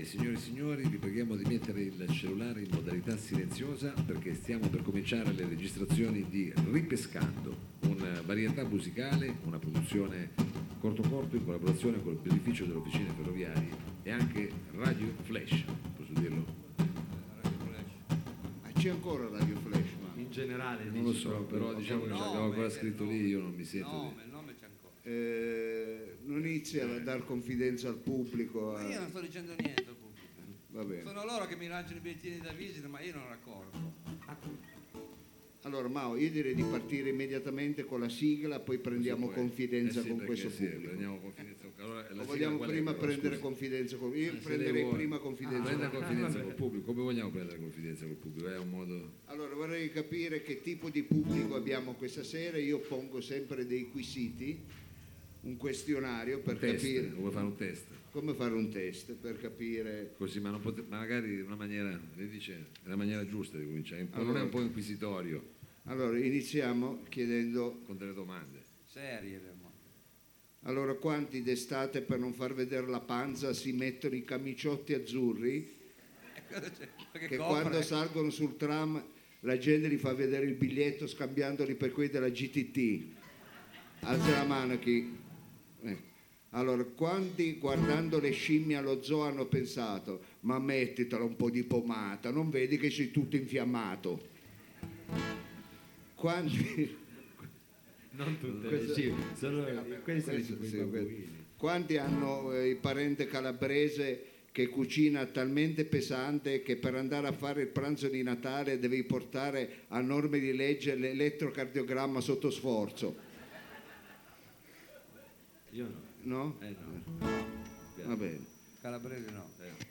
Signore e signori, vi preghiamo di mettere il cellulare in modalità silenziosa perché stiamo per cominciare le registrazioni di Ripescando, una varietà musicale, una produzione corto in collaborazione con il beneficio delle officine ferroviarie e anche Radio Flash, posso dirlo? Radio Flash. Ma c'è ancora Radio Flash? Ma in generale non lo so, però diciamo che l'abbiamo ancora scritto lì, io non mi sento il nome c'è ancora. Non inizia a dar confidenza al pubblico. Ma io non sto dicendo niente al pubblico. Va bene. Sono loro che mi lanciano i bigliettini da visita, ma io non raccolgo. Allora Mao, io direi di partire immediatamente con la sigla, poi prendiamo confidenza con questo pubblico. Prendiamo confidenza. Allora, o vogliamo prima prendere confidenza con io prenderei prima confidenza. Prendere confidenza col pubblico. Come vogliamo prendere confidenza col pubblico? È un modo. Allora vorrei capire che tipo di pubblico abbiamo questa sera. Io pongo sempre dei quesiti, un questionario per capire. Vuoi fare un test? Come fare un test per capire. Così, ma magari in una maniera, lei dice, è la maniera giusta di cominciare, non è un po' inquisitorio. Allora iniziamo chiedendo. Con delle domande. Serie. Allora, quanti d'estate per non far vedere la panza si mettono i camiciotti azzurri che quando salgono sul tram la gente gli fa vedere il biglietto scambiandoli per quelli della GTT? Alza la mano chi. Allora, quanti guardando le scimmie allo zoo hanno pensato: ma mettitela un po' di pomata, non vedi che sei tutto infiammato? Quanti. Non tutte quanti hanno il parente calabrese che cucina talmente pesante che per andare a fare il pranzo di Natale devi portare a norme di legge l'elettrocardiogramma sotto sforzo? Io No? no. No. Va bene. Calabrese no.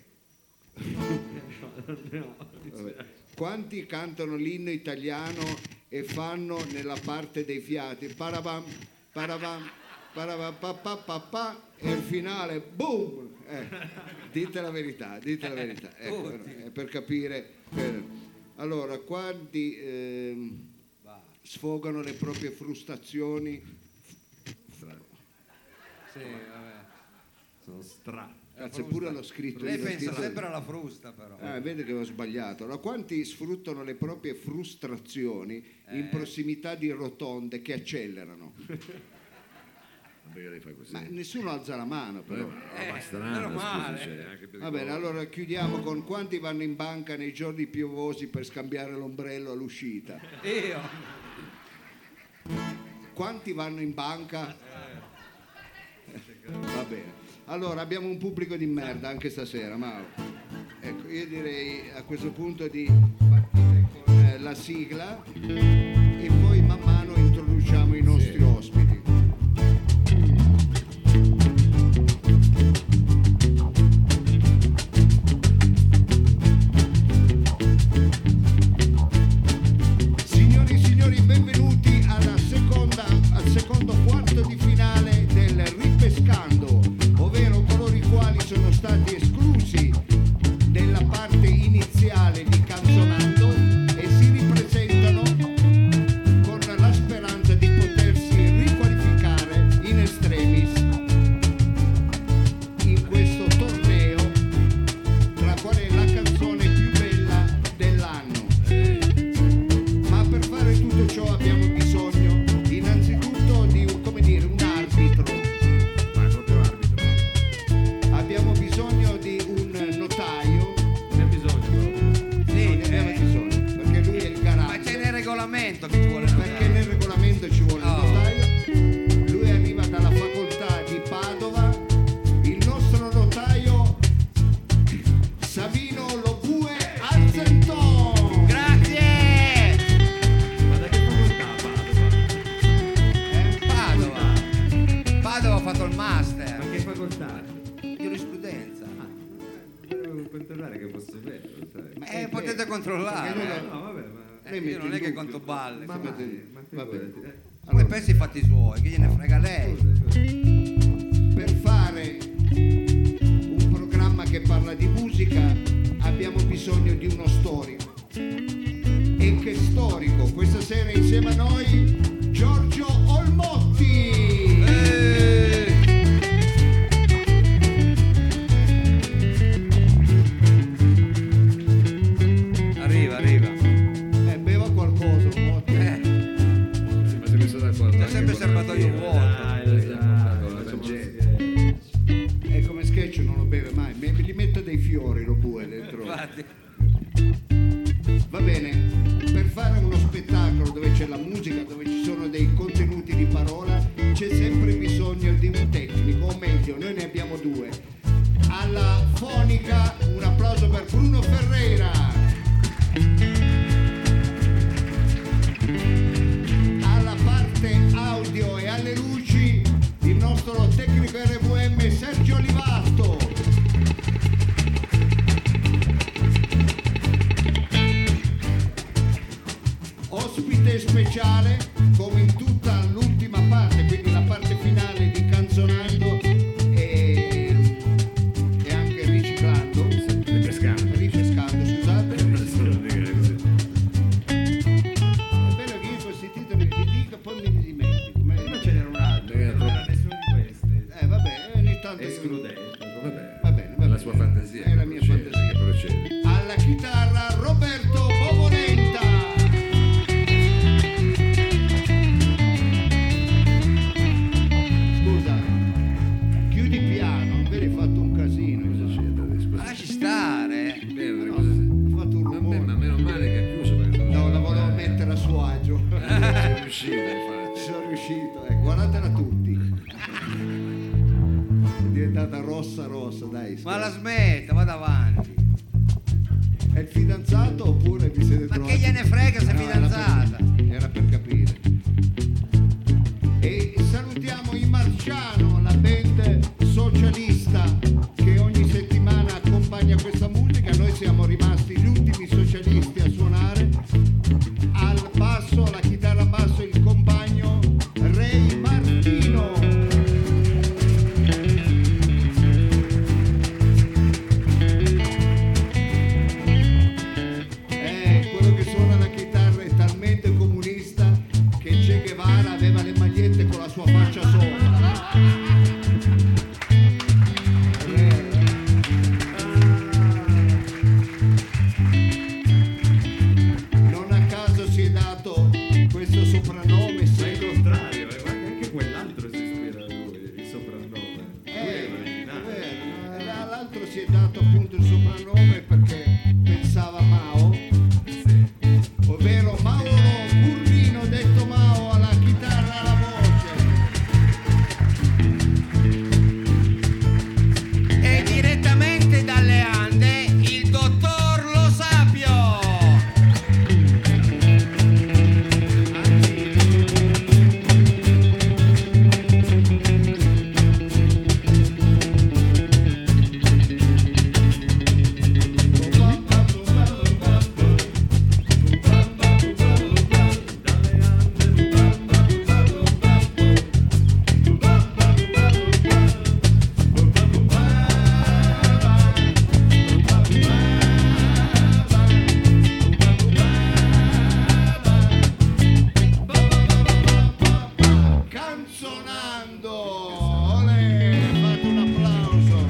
Vabbè. Quanti cantano l'inno italiano e fanno nella parte dei fiati parabam, parabam, parabam, pa, pa, pa, pa, e il finale boom. Dite la verità, ecco, per capire. Allora, quanti sfogano le proprie frustrazioni? Sì, vabbè. Sono Cazzo, pure l'ho scritto. Lei pensa sempre alla frusta, però. Vede che ho sbagliato. Allora, quanti sfruttano le proprie frustrazioni in prossimità di rotonde che accelerano? Perché lei fa così? Ma nessuno alza la mano, però. Meno male. Va bene, allora chiudiamo con quanti vanno in banca nei giorni piovosi per scambiare l'ombrello all'uscita? Io. Quanti vanno in banca? Va bene. Allora, abbiamo un pubblico di merda anche stasera, ma ecco, io direi a questo punto di partire con la sigla e poi man mano introduciamo i nostri ospiti. Signori e signori, benvenuti al secondo quarto di finale del Ripescando, ovvero coloro i quali sono stati esclusi della parte iniziale di Canzonando e si ripresentano con la speranza di potersi riqualificare in extremis in questo torneo, tra qual è la canzone più bella dell'anno. Ma per fare tutto ciò abbiamo bisogno innanzitutto di un arbitro. Abbiamo bisogno di un notaio. Ne ha bisogno proprio. Sì, Ne abbiamo bisogno, perché lui è il garante. ma c'è nel regolamento che ci vuole il Perché notaio. nel regolamento ci vuole il notaio. Lui arriva dalla facoltà di Padova. Il nostro notaio Savino Lobue Alzenton. Grazie! Ma da che facoltà Padova ha fatto il master. Ma che facoltà? Giurisprudenza. Devo controllare che posso sapere. Potete controllare. No, vabbè, ma Io non è che conto balle. ma insomma. Vabbè. figurati. Poi pensi i fatti suoi, che gliene frega lei. Per fare un programma che parla di musica abbiamo bisogno di uno storico. E che storico? Questa sera insieme a noi Giorgio Olmotti. niente speciale, come in tutta l'ultima parte, quindi la parte finale di Canzonando e anche Riciclando, ripescando, scusate. È bello che io questi titoli li dico e poi me li dimentico. Ma ce n'era un altro, non era nessuno di questi. Vabbè, ogni tanto... Escludendo. Va bene, è la sua fantasia. È la mia fantasia. Procede. Alla chitarra Roberto Bovolenta. Scusa, chiudi piano, avevi fatto un casino. Cosa c'entra? Ma Scusa. lasci stare. Merda, No, cosa ho fatto un Ma rumore. meno male che ha chiuso perché No, la volevo mettere a suo agio. sei riuscito, infatti. Ci sono riuscito, guardatela tutti. È diventata rossa, dai. Ma la smetta, vada avanti. È il fidanzato oppure vi siete Ma trovati? che gliene frega se è No, fidanzata? Era per capire. E salutiamo i Marciano, la band socialista che ogni settimana accompagna questa musica. Noi siamo rimasti gli ultimi socialisti a suonare. Al basso, alla chitarra basso, il compagno Ray Martino. Quello che suona la chitarra è talmente comunista che Che Guevara aveva le magliette con la sua faccia sopra. Non a caso si è dato questo soprannome, Ma il sai? contrario, guarda, anche quell'altro si ispira a lui, il soprannome. Lui è l'originale. L'altro si è dato appunto il soprannome perché pensava a Mao, Sì. ovvero Mauro Burrino, detto Mao, alla chitarra e alla voce. E direttamente dalle Ande il dottor Lo Sapio. Canzonando, olè, fate un applauso.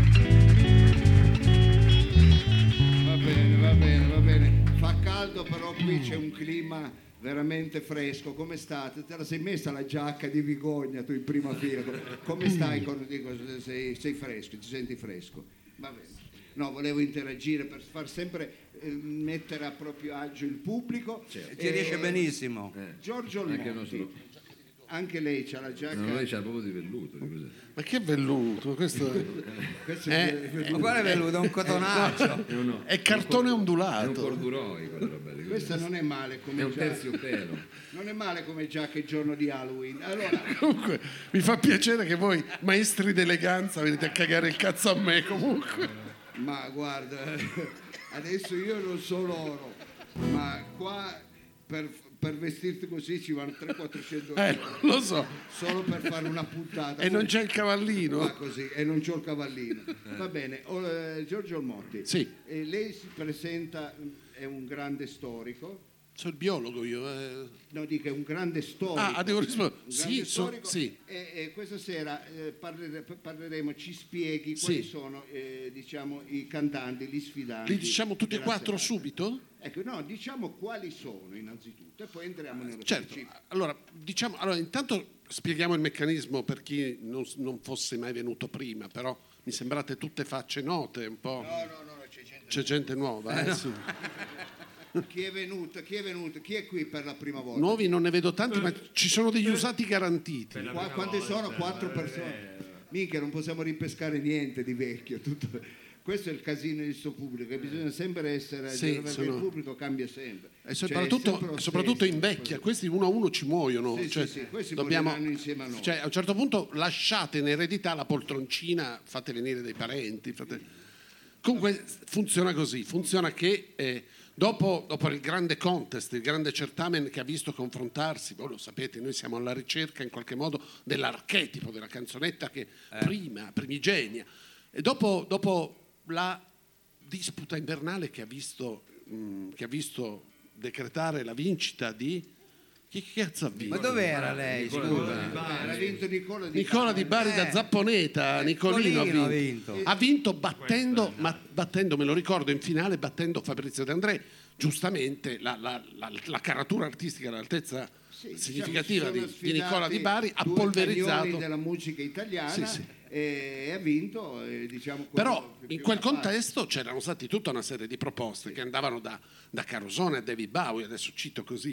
Va bene. Fa caldo, però qui c'è un clima veramente fresco. Come state? Te la sei messa la giacca di Vigogna tu in prima fila? Come stai? Dico, sei fresco, ti senti fresco? Va bene. No, volevo interagire per far sempre mettere a proprio agio il pubblico. Certo. Ci riesce benissimo. Giorgio Anche il Olmotti, nostro. anche lei c'ha la giacca. No, lei c'ha proprio di velluto. Di cos'è? Ma che velluto, questo Questo è Ma quale è venuto? È un cotonaccio. è cartone È un ondulato. corduroy quella roba lì. Questa non è male come È un giacca. terziopelo. Non è male come giacca il giorno di Halloween. Allora, Comunque mi fa piacere che voi, maestri d'eleganza, venite a cagare il cazzo a me comunque. ma guarda, adesso io non so loro, ma qua per vestirti così ci vanno 300-400 euro. Lo so. Solo per fare una puntata. E non c'è il Va cavallino. così, e non c'ho il cavallino. Va bene, Giorgio Olmotti. Sì. Lei si presenta, è un grande storico. Sono il biologo io. No, dico è un grande storico. Ah, devo rispondere. Un Sì, grande storico. sì. E questa sera parleremo, ci spieghi Sì. quali sono diciamo, i cantanti, gli sfidanti. Li diciamo tutti e della quattro serata. subito? Ecco, no, diciamo quali sono innanzitutto e poi entriamo nello Certo. specifico. Allora, intanto spieghiamo il meccanismo per chi non fosse mai venuto prima, però mi sembrate tutte facce note, un po'. No, C'è gente nuova, sì. Chi è venuto? Chi è qui per la prima volta? Nuovi non ne vedo tanti, ma ci sono degli usati garantiti. Per la Qua, prima quante volta, sono? 4 persone. Minchia, non possiamo ripescare niente di vecchio. Questo è il casino di sto pubblico, e bisogna sempre essere Sì, perché il pubblico cambia sempre. E Cioè, soprattutto, è sempre lo soprattutto stesso. invecchia, questi uno a uno ci muoiono. Sì, cioè, sì, questi dobbiamo, moriranno insieme a noi. cioè, a un certo punto lasciate in eredità la poltroncina, fate venire dei parenti. Comunque funziona così, funziona che dopo il grande contest, il grande certamen che ha visto confrontarsi, voi lo sapete, noi siamo alla ricerca in qualche modo dell'archetipo della canzonetta che primigenia, e dopo la disputa invernale che ha visto decretare la vincita di... Chi cazzo ha vinto? Ma dov'era lei? Scusa. Ha vinto Nicola Di Bari da Zapponeta, Nicolino ha vinto battendo, me lo ricordo in finale, battendo Fabrizio De André, giustamente la caratura artistica all'altezza significativa di Nicola Di Bari ha polverizzato della musica italiana. Sì. E ha vinto, diciamo. Però in quel contesto c'erano stati tutta una serie di proposte che andavano da Carosone a David Bowie, adesso cito così,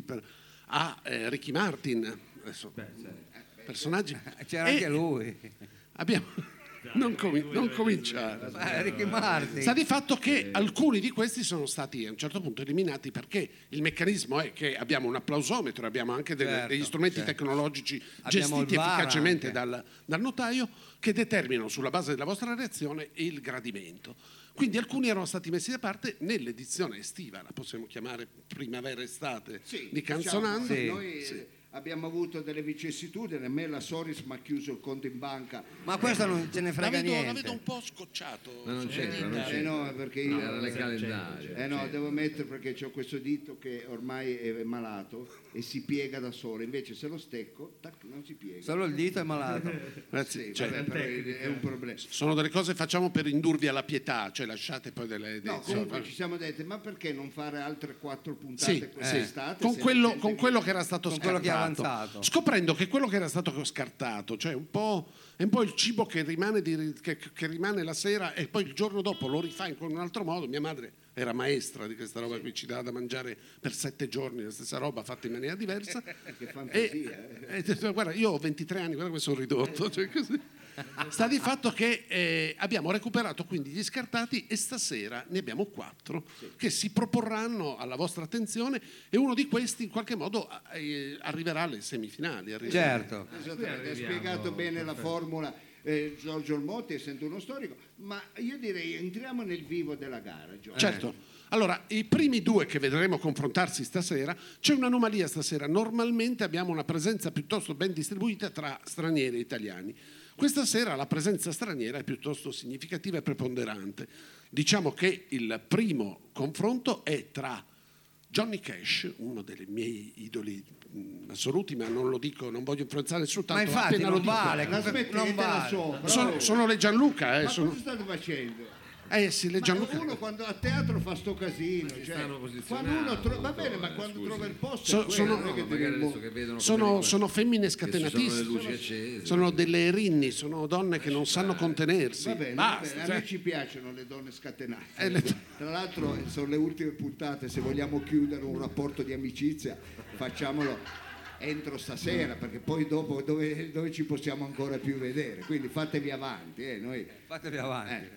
a Ricky Martin, adesso, personaggi. C'era anche lui. Abbiamo non cominciare. Ricky Martin. Sta di fatto che alcuni di questi sono stati a un certo punto eliminati perché il meccanismo è che abbiamo un applausometro, abbiamo anche degli strumenti tecnologici gestiti efficacemente dal notaio che determinano sulla base della vostra reazione il gradimento. Quindi alcuni erano stati messi da parte nell'edizione estiva, la possiamo chiamare primavera-estate di Canzonando. Noi abbiamo avuto delle vicissitudini, a me la Soris mi ha chiuso il conto in banca. Ma questo non ce ne frega niente. La vedo un po' scocciato. Ma non c'entra, No, perché io era nel calendario. no, devo mettere perché ho questo dito che ormai è malato e si piega da solo, invece se lo stecco non si piega. Solo il dito è malato. Ragazzi, Vabbè, però è un problema. sono delle cose che facciamo per indurvi alla pietà, cioè lasciate poi No, comunque ci siamo detti, ma perché non fare altre 4 puntate quest'estate? Con quello che era stato Con quello che è scartato, avanzato. scoprendo che quello che era stato scartato, cioè è un po' il cibo che rimane, che rimane la sera e poi il giorno dopo lo rifà in un altro modo. Mia madre era maestra di questa roba qui, ci dava da mangiare per 7 giorni la stessa roba fatta in maniera diversa. Che fantasia. Guarda, io ho 23 anni, guarda come sono ridotto. Cioè così. Sta di fatto che abbiamo recuperato quindi gli scartati e stasera ne abbiamo 4 che si proporranno alla vostra attenzione e uno di questi in qualche modo arriverà alle semifinali. Certo. Esattamente, ha spiegato bene la formula Giorgio Olmotti, essendo uno storico, ma io direi entriamo nel vivo della gara, Giorgio. Certo. Allora, i primi 2 che vedremo confrontarsi stasera, c'è un'anomalia stasera. Normalmente abbiamo una presenza piuttosto ben distribuita tra stranieri e italiani. Questa sera la presenza straniera è piuttosto significativa e preponderante. Diciamo che il primo confronto è tra Johnny Cash, uno dei miei idoli assoluti, ma non lo dico, non voglio influenzare nessuno, tanto Ma infatti appena non lo dico, vale, La smettetela sopra. sono le Gianluca. Ma cosa state facendo? Sì, le Ma Gianluca. uno quando a teatro fa sto casino, cioè, stanno quando uno va bene, ma quando trova il posto So- è quello, sono- non è che Magari devi adesso che vedono Sono femmine che ci sono le scatenatissime, luci accese. sono delle erinni, sono donne che non sanno contenersi. Va bene, Basta, a cioè. noi ci piacciono le donne scatenate. Eh, le- Tra l'altro sono le ultime puntate, se vogliamo chiudere un rapporto di amicizia facciamolo entro stasera, perché poi dopo dove ci possiamo ancora più vedere, quindi fatevi avanti, noi. Fatevi avanti.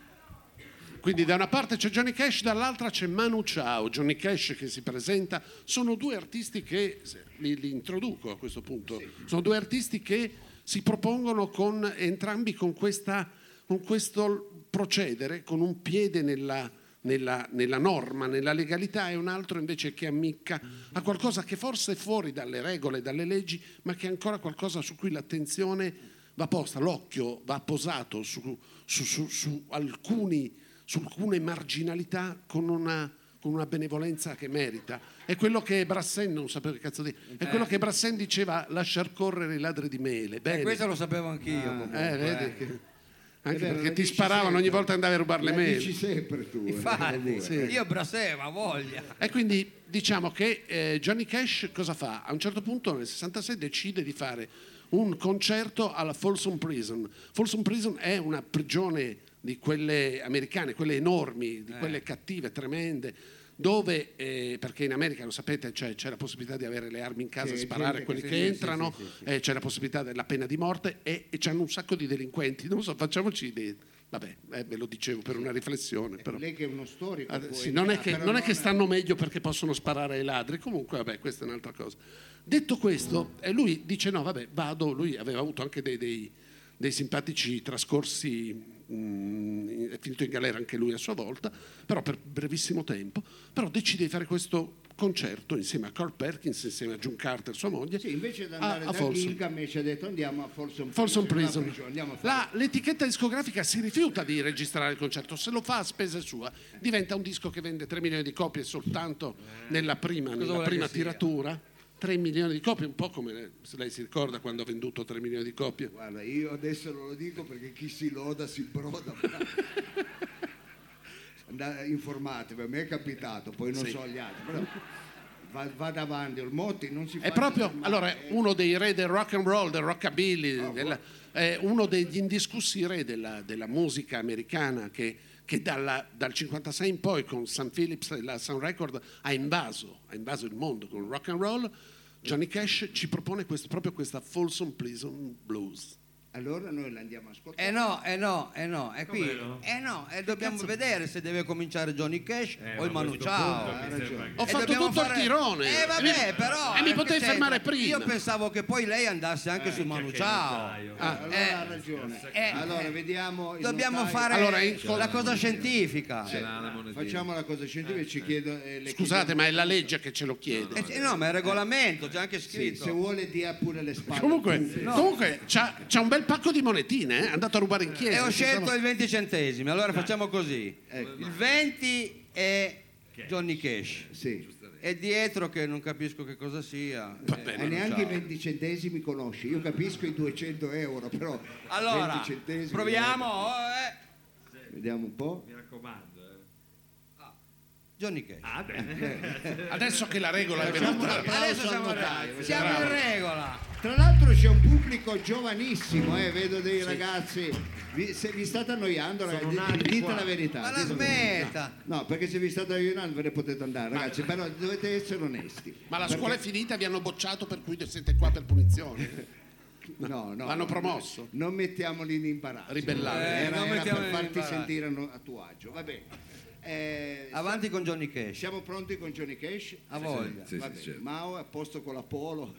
Quindi da una parte c'è Johnny Cash, dall'altra c'è Manu Chao. Johnny Cash che si presenta, sono 2 artisti che, li introduco a questo punto, sono 2 artisti che si propongono entrambi con questo procedere, con un piede nella norma, nella legalità, e un altro invece che ammicca a qualcosa che forse è fuori dalle regole, dalle leggi, ma che è ancora qualcosa su cui l'attenzione va posta, l'occhio va posato su alcune marginalità con una benevolenza che merita. È quello che Brassens, non sapevo che cazzo dire, è quello che Brassens diceva: lasciar correre i ladri di mele. Bene. Questo lo sapevo anch'io. Vedi che- anche È vero, perché la ti dici sparavano sempre. ogni volta che andavi a rubare le La mele. dici sempre tu. Infatti, Sì. io Braseva, voglia. E quindi diciamo che Johnny Cash cosa fa? A un certo punto nel 66 decide di fare un concerto alla Folsom Prison. Folsom Prison è una prigione di quelle americane, quelle enormi, di quelle cattive, tremende, dove, perché in America, lo sapete, c'è la possibilità di avere le armi in casa e Sì, sparare a gente quelli che- che sì, entrano, sì. c'è la possibilità della pena di morte e c'hanno un sacco di delinquenti. Non so, facciamoci idee. Vabbè, ve lo dicevo per una riflessione. Però. Lei che è uno storico. Sì, non è che stanno meglio perché possono sparare ai ladri, comunque vabbè, questa è un'altra cosa. Detto questo, lui dice no, vabbè, vado, lui aveva avuto anche dei simpatici trascorsi è finito in galera anche lui a sua volta, però per brevissimo tempo, però decide di fare questo concerto insieme a Carl Perkins, insieme a June Carter, sua moglie. Sì, invece di andare da Folsom. Gilgamesh ha detto andiamo a Folsom Prison. Andiamo a fare. L'etichetta discografica si rifiuta di registrare il concerto, se lo fa a spese sua diventa un disco che vende 3 milioni di copie soltanto nella prima tiratura. 3 milioni di copie, un po' come se lei si ricorda quando ha venduto 3 milioni di copie. Guarda, io adesso non lo dico perché chi si loda si broda. Informatevi, a me è capitato, poi non so gli altri, però vada avanti, Motti non si fa. È proprio allora uno dei re del rock and roll, del rockabilly, uno degli indiscussi re della musica americana che dal 56 in poi con Sun Phillips e la Sun Record ha invaso il mondo con il rock and roll. Johnny Cash ci propone proprio questa Folsom Prison Blues. Allora noi l'andiamo a ascoltare. È qui. Dobbiamo vedere se deve cominciare Johnny Cash o il Manu Chao. Ho fatto tutto il tirone. Vabbè, però. E mi potevi fermare prima. Io pensavo che poi lei andasse anche sul Manu Chao. Allora ha ragione. Allora vediamo. Dobbiamo fare la cosa scientifica. Facciamo la cosa scientifica, ci chiedo. Scusate, ma è la legge che ce lo chiede. No, ma è il regolamento, c'è anche scritto. Se vuole dia pure le spalle. Comunque c'ha un bel pacco di monetine, è andato a rubare in chiesa. E ho scelto il 20 centesimi, allora facciamo così. Il 20 è Johnny Cash. Sì. E dietro che non capisco che cosa sia. E neanche i 20 centesimi conosci. Io capisco i 200 euro, però allora 20 centesimi. proviamo. Vediamo un po'. Mi raccomando. Johnny Cash. Bene. Adesso che la regola è venuta. Adesso siamo in regola. Tra l'altro c'è un pubblico giovanissimo, vedo dei ragazzi. Se vi state annoiando, ragazzi, dite la verità. Ma la smetta. No, perché se vi state annoiando ve ne potete andare, ragazzi, però dovete essere onesti. Ma la scuola è finita, vi hanno bocciato, per cui siete qua per punizione. No. L'hanno promosso. Non mettiamoli in imbarazzo. Ribellare. Era per farti imbarazzo. sentire a tuo agio. Va bene. Avanti con Johnny Cash. Siamo pronti con Johnny Cash? A voglia. Sì, Va bene. certo. Mao è a posto con la polo.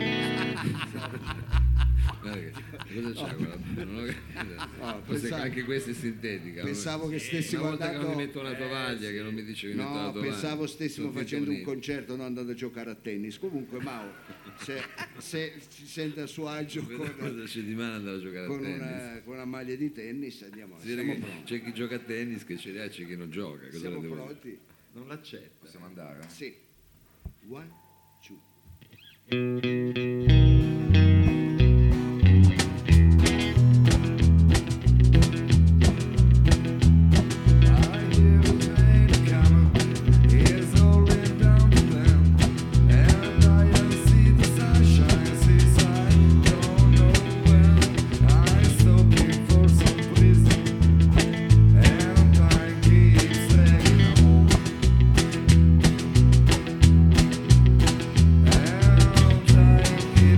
Cosa c'è? Pensavo- Anche questa è sintetica. Pensavo che stessimo una volta che andando. non mi metto una tovaglia, che non mi dice che mi metto la No, tovaglia. pensavo stessimo Sono facendo un finto concerto, non andando a giocare a tennis. Comunque, Mao, se si sente a suo agio bonito. Cosa c'è di male andare a giocare a con tennis? una maglia di tennis, andiamo. Si vede Siamo che pronti. c'è chi gioca a tennis che ce l'ha, c'è chi non gioca. Cosa Siamo ne devo dire? pronti? Non l'accetta. Possiamo andare? Sì. 1, 2. Keep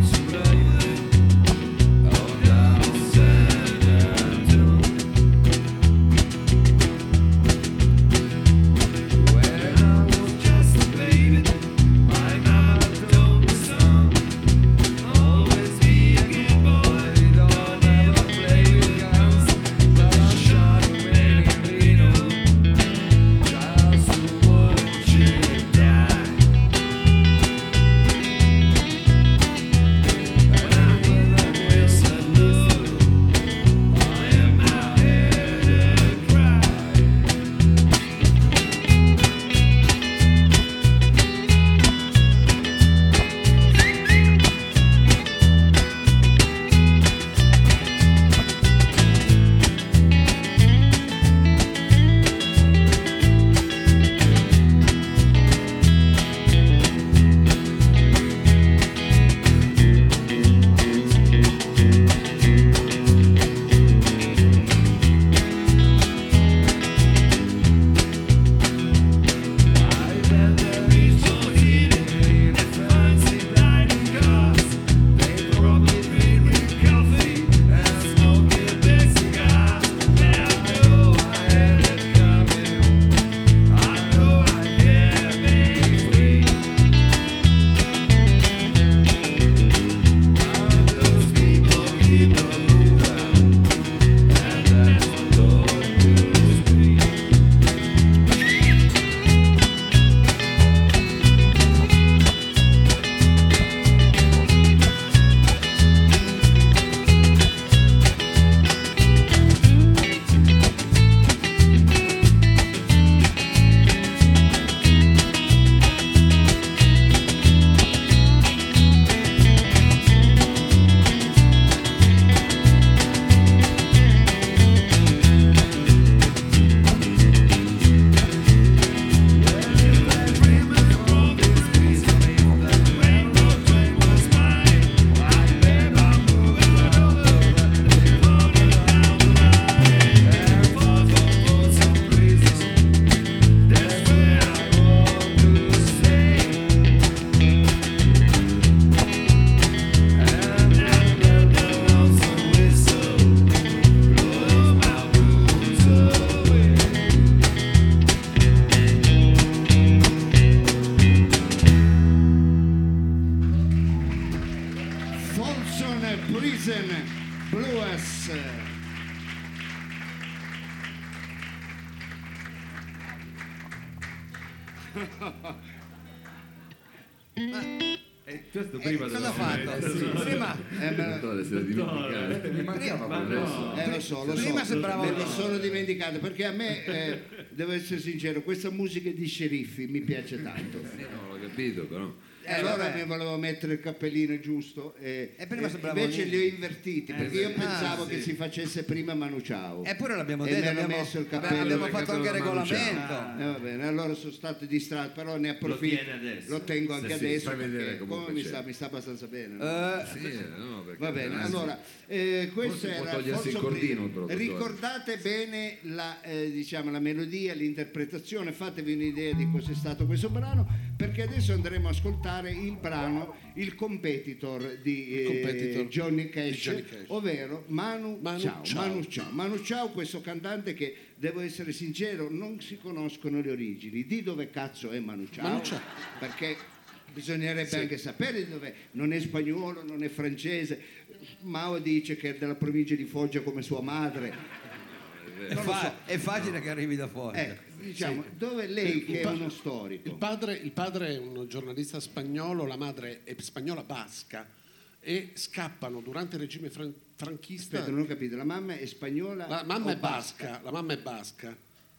Pilsen Blues. Questo prima cosa ha fatto? Sì. Prima, Dottore, se l'è dimenticato. Mi mancava Ma quello no. adesso. Lo so, Prima sembrava me un- lo sono dimenticato perché a me, devo essere sincero, questa musica di sceriffi mi piace tanto. Sì, no, l'ho capito, però. Allora vabbè. mi volevo mettere il cappellino giusto e prima sembrava invece un- li ho invertiti perché io sì. pensavo Ah, che sì. si facesse prima Manu Ciao. eppure l'abbiamo E detto, mi hanno abbiamo, messo il abbiamo- cappello abbiamo perché fatto anche il aveva regolamento. Va bene, allora sono stato distratto, però ne approfitto. tiene adesso. Lo tengo anche Sì, adesso fai vedere perché comunque come c'è. mi sta abbastanza bene. no? Sì, no, perché Va bene, anzi, allora questo forse può era togliersi il Forza cordino, Primo. però, dottore. Ricordate bene diciamo, la melodia, l'interpretazione, fatevi un'idea di cos'è stato questo brano, perché adesso andremo a ascoltare il brano, il competitor di Competitor Johnny Cash, di Johnny Cash. ovvero Manu Chao. Manu Chao, questo cantante che, devo essere sincero, non si conoscono le origini. Di dove cazzo è Manu Chao? Manu Chao. Perché bisognerebbe anche sapere di dove. Non è spagnolo, non è francese. Mao dice che è della provincia di Foggia come sua madre. È facile che arrivi da fuori. Diciamo, dove lei che è uno storico. Il padre è un giornalista spagnolo, la madre è spagnola basca e scappano durante il regime franchista. Aspetta, non ho capito, la mamma è spagnola? La mamma o è basca, la mamma è basca,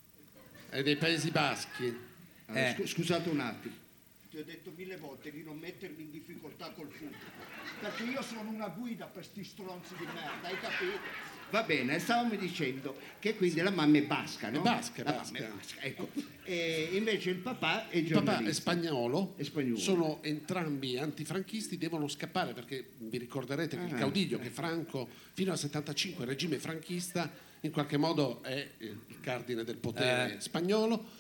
è dei Paesi Baschi. Allora, scusate un attimo. Ti ho detto 1000 volte di non mettermi in difficoltà col futuro, perché io sono una guida per sti stronzi di merda, hai capito? Va bene, stavamo dicendo che quindi la mamma è basca, no? È basca, è La mamma basca. è basca, ecco. E invece il papà è Il papà giornalista. è spagnolo, È spagnolo. sono entrambi antifranchisti, devono scappare perché vi ricorderete che il caudillo, che Franco fino al 75, il regime franchista, in qualche modo è il cardine del potere spagnolo,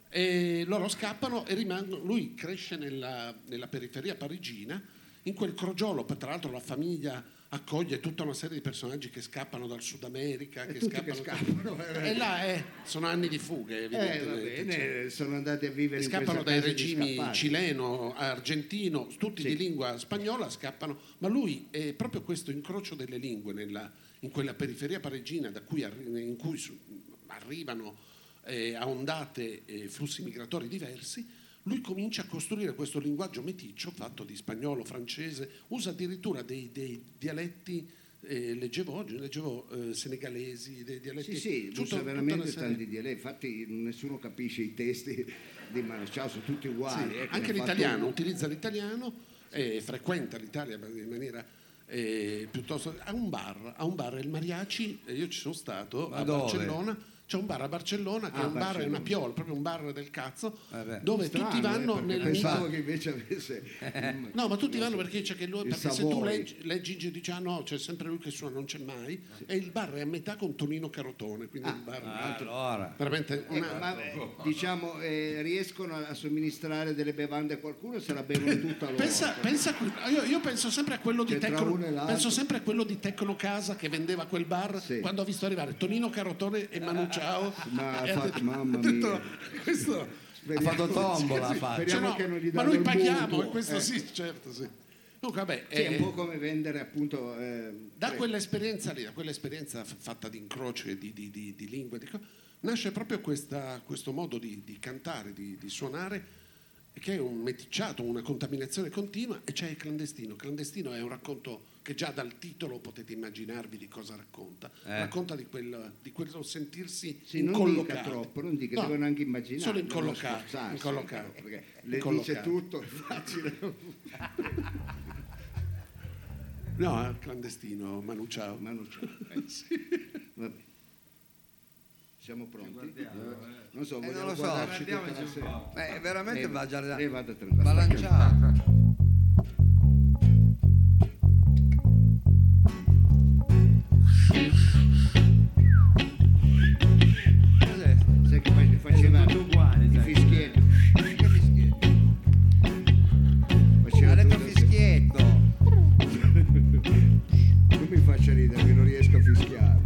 e loro scappano e rimangono. Lui cresce nella periferia parigina, in quel crogiolo, tra l'altro la famiglia accoglie tutta una serie di personaggi che scappano dal Sud America, che tutti che scappano. E là sono anni di fughe, Va evidentemente. bene, sono andati a vivere in Scappano questa dai casa di regimi scappati. cileno, argentino, tutti di lingua spagnola, scappano, ma lui è proprio questo incrocio delle lingue in quella periferia parigina in cui arrivano a ondate e flussi migratori diversi. Lui comincia a costruire questo linguaggio meticcio fatto di spagnolo, francese, usa addirittura dei dialetti, leggevo senegalesi, dei dialetti. Sì, usa veramente tanti dialetti, infatti nessuno capisce i testi di Manu Chao, sono tutti uguali. Sì, ecco, anche ne ha l'italiano, fatto- utilizza l'italiano e frequenta l'Italia in maniera piuttosto. Ha un bar, il Mariachi, io ci sono stato Ma a dove? Barcellona. C'è un bar a Barcellona che è un bar, è Barcellona. una piola, proprio un bar del cazzo, Vabbè. dove Strano, tutti vanno perché nel pensavo che invece avesse No, ma tutti vanno perché dice che lui, il perché se tu Savoy. leggi e dici ah no, c'è sempre lui che suona, non c'è mai, e il bar è a metà con Tonino Carotone, quindi il bar è un altro- Allora, veramente ma diciamo diciamo a somministrare delle bevande a qualcuno se la bevono tutta loro. io penso sempre a quello di Che tra uno e l'altro- penso sempre a quello di Tecno Casa che vendeva quel bar Sì. quando ha visto arrivare Tonino Carotone e Manu Chao. Ma ha E ha fatto- detto- mamma ha detto, mia. questo ha fatto tombola, ha fatto. Speriamo no, che non gli ma danno noi il paghiamo mutuo, e questo sì, certo, sì. Comunque vabbè, Sì, è un po' come vendere appunto da quell'esperienza lì, da quell'esperienza fatta di incrocio e di lingue, nasce proprio questo modo di cantare, di suonare, che è un meticciato, una contaminazione continua, e c'è il clandestino. Clandestino è un racconto che già dal titolo potete immaginarvi di cosa racconta. Racconta di quello sentirsi sì, non incollocati. dica troppo, non dica, No, devono anche immaginare. sono devono incollocati, sforzarsi, incollocati, perché le incollocati. dice tutto, è facile. No, è clandestino, Manu Chao. Manu Chao. Vabbè. Siamo pronti? Non so, non vogliamo lo so. guardarci tutta la Guardiamoci un sera. veramente va già vado tranquillo. va lanciato. Cos'è? Sai che faceva Tutto uguale, i sai. fischietti. Che fischietto? Faceva Ha detto tutto- fischietto. Non mi faccia ridere che non riesco a fischiare.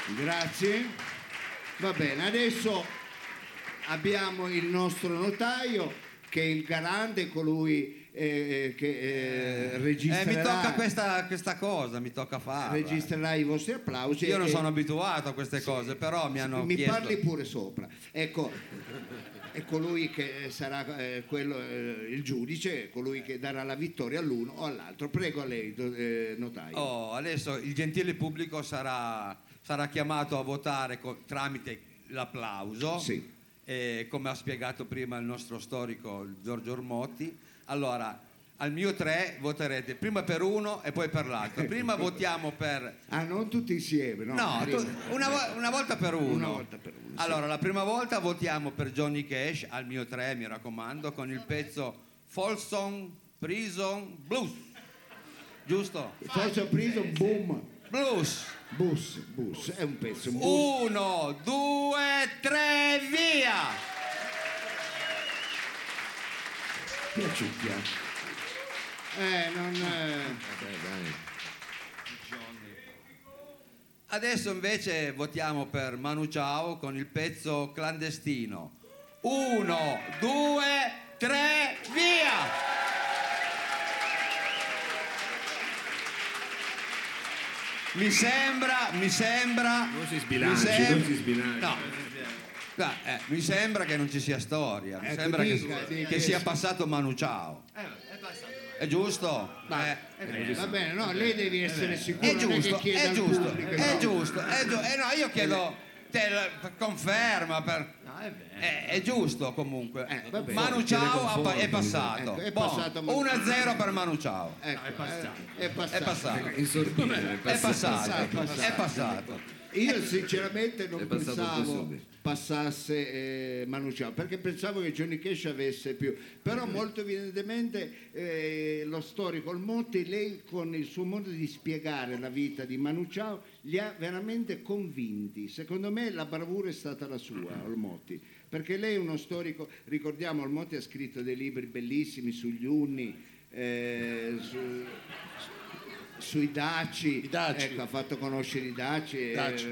Grazie. Va bene, adesso abbiamo il nostro notaio che è il garante, colui che registrerà. Mi tocca questa cosa, mi tocca farla. Registrerà i vostri applausi. Io non sono abituato a queste cose, però mi hanno mi chiesto. parli pure sopra. Ecco, è colui che sarà il giudice, colui che darà la vittoria all'uno o all'altro. Prego a lei, notaio. Adesso il gentile pubblico sarà chiamato a votare tramite l'applauso. Sì. Come ha spiegato prima il nostro storico Giorgio Ormotti. Allora, al mio 3 voterete prima per uno e poi per l'altro. Prima votiamo per... non tutti insieme, no? No, una volta per uno. Una volta per uno, sì. Allora, la prima volta votiamo per Johnny Cash, al mio 3, mi raccomando, con il pezzo Folsom Prison Blues. Giusto? Folsom Prison Boom. Blues. Bus, è un pezzo. 1, 2, 3, via! Piaciucchia. Non... Dai. Adesso invece votiamo per Manu Chao con il pezzo Clandestino. 1, 2, 3, via! Mi sembra. Non si sbilanci. No. Mi sembra che non ci sia storia. Mi sembra che sia passato Manu Chao. È giusto? Va bene, no, lei devi essere sicuro. È giusto. È giusto. No, io chiedo conferma per. È giusto comunque. Manu Chao è passato. Ecco, è passato 1-0 per Manu Chao. Ecco, è È passato. In sordina, È passato. Io sinceramente non È passato pensavo un po' passasse Manu Chao, perché pensavo che Johnny Cash avesse più, però molto evidentemente lo storico Olmotti, lei con il suo modo di spiegare la vita di Manu Chao li ha veramente convinti. Secondo me la bravura è stata la sua, Olmotti, perché lei è uno storico, ricordiamo, Olmotti ha scritto dei libri bellissimi sugli Unni, sui Daci, ecco, ha fatto conoscere i Daci,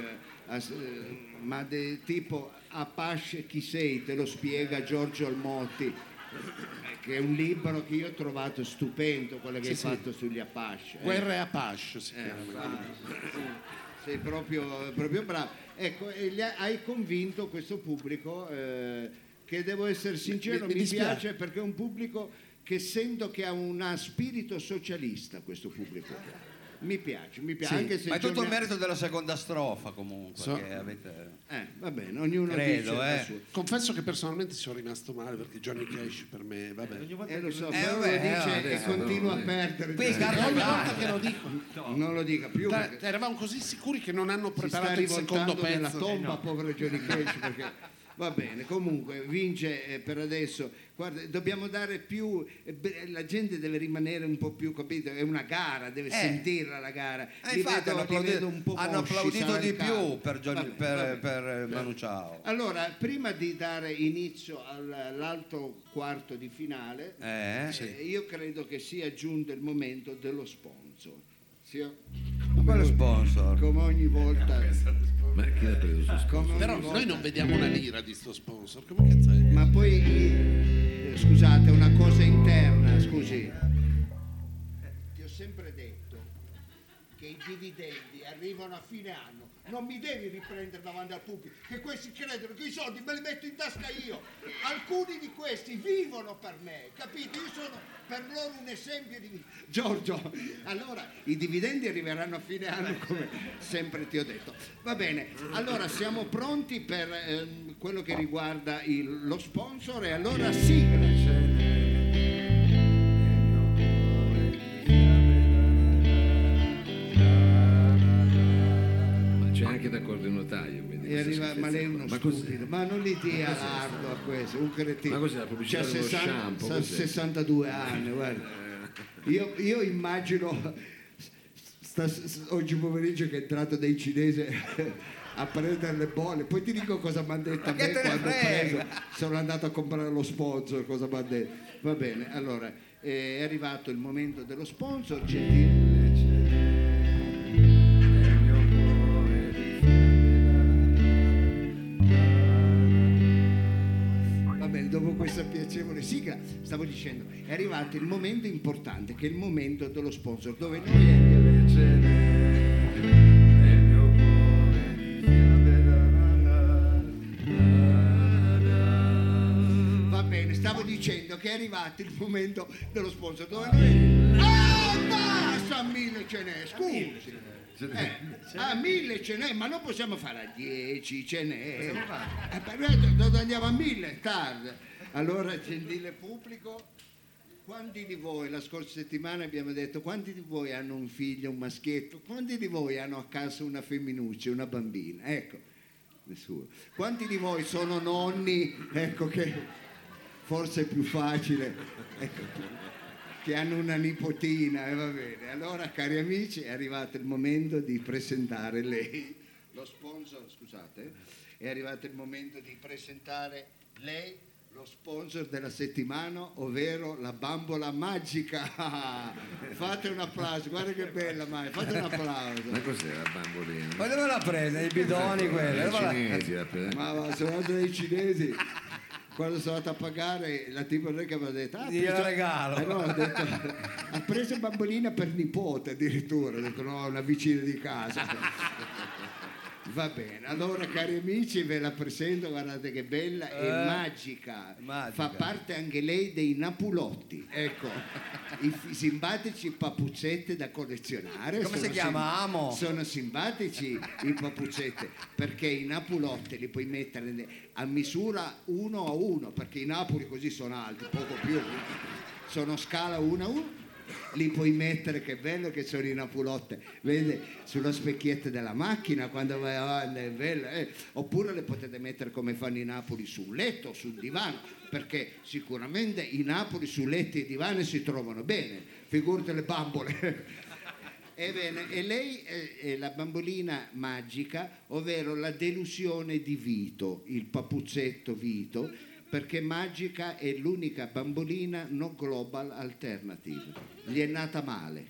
ma tipo Apache chi sei, te lo spiega Giorgio Olmotti, che è un libro che io ho trovato stupendo, quello che hai fatto sugli Apache. Guerre Apache si chiama. Sei proprio bravo. Ecco, hai convinto questo pubblico che, devo essere sincero, mi piace, perché è un pubblico che sento che ha un spirito socialista, questo pubblico. Mi piace, anche se ma è tutto il merito della seconda strofa comunque che avete... va bene, ognuno credo, dice la sua. Confesso che personalmente sono rimasto male perché Johnny Cash per me, vabbè. Lo so, però lo dice e continua a perdere. Qui Ogni volta che lo dico. Non lo dica più. Eravamo così sicuri che non hanno Si sta preparato il secondo rivoltando nella pezzo. tomba, povero Johnny Cash, perché... Va bene, comunque vince per adesso. Guarda, dobbiamo dare più, la gente deve rimanere un po' più, capito? È una gara, deve sentirla la gara. Infatti li vedo un po' hanno mosci, applaudito sarà di il caldo. più per Manu Chao. Allora, prima di dare inizio all'altro quarto di finale, io credo che sia giunto il momento dello sponsor. Quello sponsor. Come ogni volta. Ma chi l'ha preso su sponsor? Però noi non vediamo una lira di sto sponsor. Come cazzo è? Ma poi, scusate, una cosa interna, scusi. Ti ho sempre detto che i dividendi arrivano a fine anno. Non mi devi riprendere davanti al pubblico, che questi credono che i soldi me li metto in tasca io. Alcuni di questi vivono per me, capite? Io sono per loro un esempio di vita. Giorgio, allora i dividendi arriveranno a fine anno, come sempre ti ho detto. Va bene, allora siamo pronti per quello che riguarda lo sponsor, e allora sigla. C'è anche d'accordo il notaio. E arriva, ma lei è uno stupido, ma non gli dia l'ardo a questo, un cretino. Ma cos'è la pubblicità dello shampoo? Ha 62 anni, guarda. Io immagino oggi pomeriggio che è entrato dei cinesi a prendere le bolle, poi ti dico cosa mi hanno detto a me quando ho preso, sono andato a comprare lo sponsor, cosa mi hanno detto. Va bene, allora è arrivato il momento dello sponsor, gentile. questa piacevole sigla, stavo dicendo, è arrivato il momento importante, che è il momento dello sponsor, dove noi andiamo. Va bene, stavo dicendo che è arrivato il momento dello sponsor, dove noi... basta, 1000 ce n'è, scusi. 1000 ce n'è, ma non possiamo fare a 10 ce n'è. Dove andiamo a 1000 tardi. Allora, gentile pubblico, quanti di voi, la scorsa settimana abbiamo detto, quanti di voi hanno un figlio, un maschietto, quanti di voi hanno a casa una femminuccia, una bambina? Ecco, nessuno. Quanti di voi sono nonni, ecco, che forse è più facile, ecco, che hanno una nipotina, va bene. Allora, cari amici, è arrivato il momento di presentare lei, lo sponsor, scusate, è arrivato il momento di presentare lei, lo sponsor della settimana, ovvero la bambola magica. Fate un applauso, guarda che bella, fate un applauso. Ma cos'è la bambolina? Ma dove l'ha presa? I bidoni quelli? I cinesi Ma sono andato dai cinesi. Quando sono andato a pagare, la tipo che aveva detto regalo. No, ha preso bambolina per nipote addirittura. Ho detto no, una vicina di casa. Va bene, allora cari amici ve la presento, guardate che bella, è magica. Fa parte anche lei dei Napulotti, ecco, i simpatici papuccetti da collezionare. Come si chiama? Amo? Sono simpatici i papuccetti, perché i Napulotti li puoi mettere a misura 1 a 1, perché i Napoli così sono alti, poco più, sono scala 1 a 1. Li puoi mettere, che bello che sono i Napulotte, vedi, sullo specchietto della macchina quando vai avanti, è bello, oppure le potete mettere come fanno i Napoli sul letto o sul divano, perché sicuramente i Napoli su letti e divani si trovano bene, figurate le bambole. Ebbene, e lei è la bambolina magica, ovvero la delusione di Vito, il papuccetto Vito, perché Magica è l'unica bambolina no global alternative. Gli è nata male.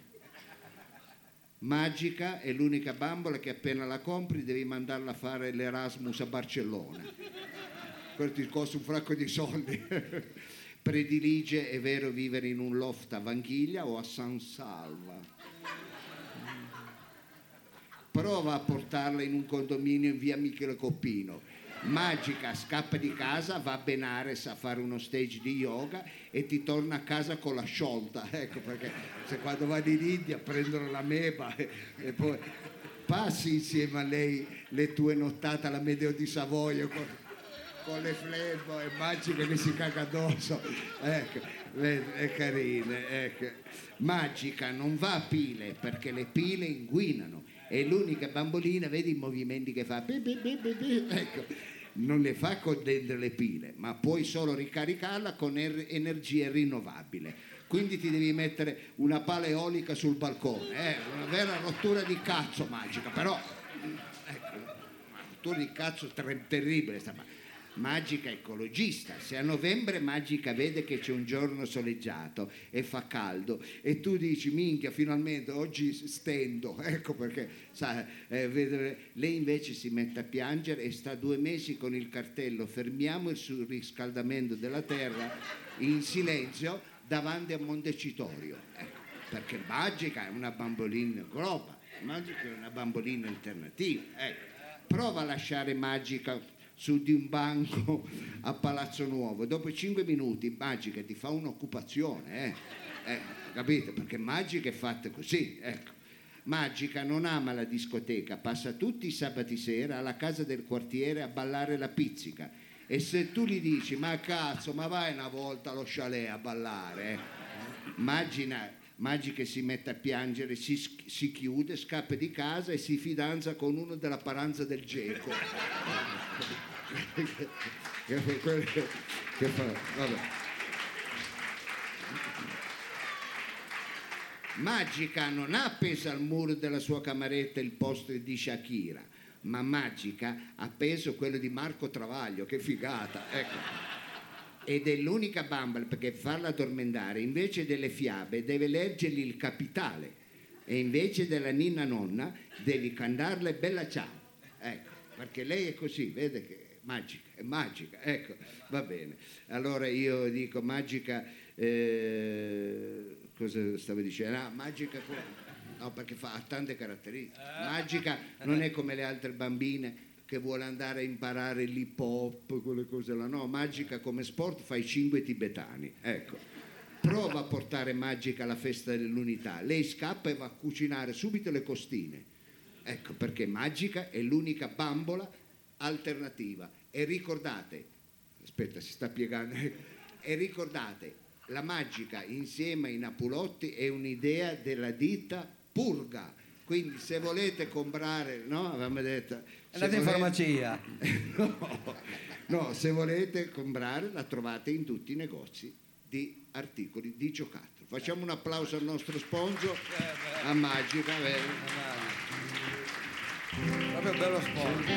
Magica è l'unica bambola che appena la compri devi mandarla a fare l'Erasmus a Barcellona. Quello ti costa un fracco di soldi. Predilige, è vero, vivere in un loft a Vanchiglia o a San Salva. Prova a portarla in un condominio in via Michele Coppino. Magica scappa di casa, va a Benare, sa fare uno stage di yoga e ti torna a casa con la sciolta, ecco, perché se quando vai in India prendono la meba e poi passi insieme a lei le tue nottate alla Medeo di Savoia con le flebo e Magica che si caga addosso, ecco, è carina, ecco. Magica non va a pile perché le pile inquinano, è l'unica bambolina, vedi i movimenti che fa, ecco, non le fa con dentro le pile, ma puoi solo ricaricarla con energia rinnovabile. Quindi ti devi mettere una pala eolica sul balcone, una vera rottura di cazzo Magica, però ecco, una rottura di cazzo terribile. Magica ecologista, se a novembre Magica vede che c'è un giorno soleggiato e fa caldo e tu dici minchia finalmente oggi stendo, ecco perché lei invece si mette a piangere e sta 2 mesi con il cartello fermiamo il surriscaldamento della terra in silenzio davanti a Montecitorio, ecco, perché Magica è una bambolina global, Magica è una bambolina alternativa, ecco. Prova a lasciare Magica su di un banco a Palazzo Nuovo, dopo 5 minuti Magica ti fa un'occupazione, capite? Perché Magica è fatta così, ecco. Magica non ama la discoteca, passa tutti i sabati sera alla casa del quartiere a ballare la pizzica e se tu gli dici ma cazzo, ma vai una volta allo chalet a ballare, Magica si mette a piangere, si chiude, scappa di casa e si fidanza con uno della paranza del Geco. che fa, vabbè. Magica non ha appeso al muro della sua cameretta il poster di Shakira, ma Magica ha appeso quello di Marco Travaglio, che figata, ecco. Ed è l'unica bambola perché farla addormentare invece delle fiabe deve leggergli il Capitale e invece della ninna nonna devi cantarle bella ciao, ecco, perché lei è così, vede che è magica, ecco, va bene. Allora io dico magica, cosa stavo dicendo? Ah, magica, no, perché ha tante caratteristiche. Magica non è come le altre bambine che vuole andare a imparare l'hip hop, quelle cose là, no, magica come sport fa i 5 tibetani, ecco. Prova a portare magica alla festa dell'unità, lei scappa e va a cucinare subito le costine, ecco perché magica è l'unica bambola alternativa. E ricordate, aspetta, si sta piegando, e ricordate, la magica insieme ai Napulotti è un'idea della ditta Purga, quindi se volete comprare, no, avevamo detto, Andate in farmacia. no, se volete comprare la trovate in tutti i negozi di articoli di giocattolo. Facciamo un applauso al nostro sponsor, a Magica, vero? Proprio bello sport.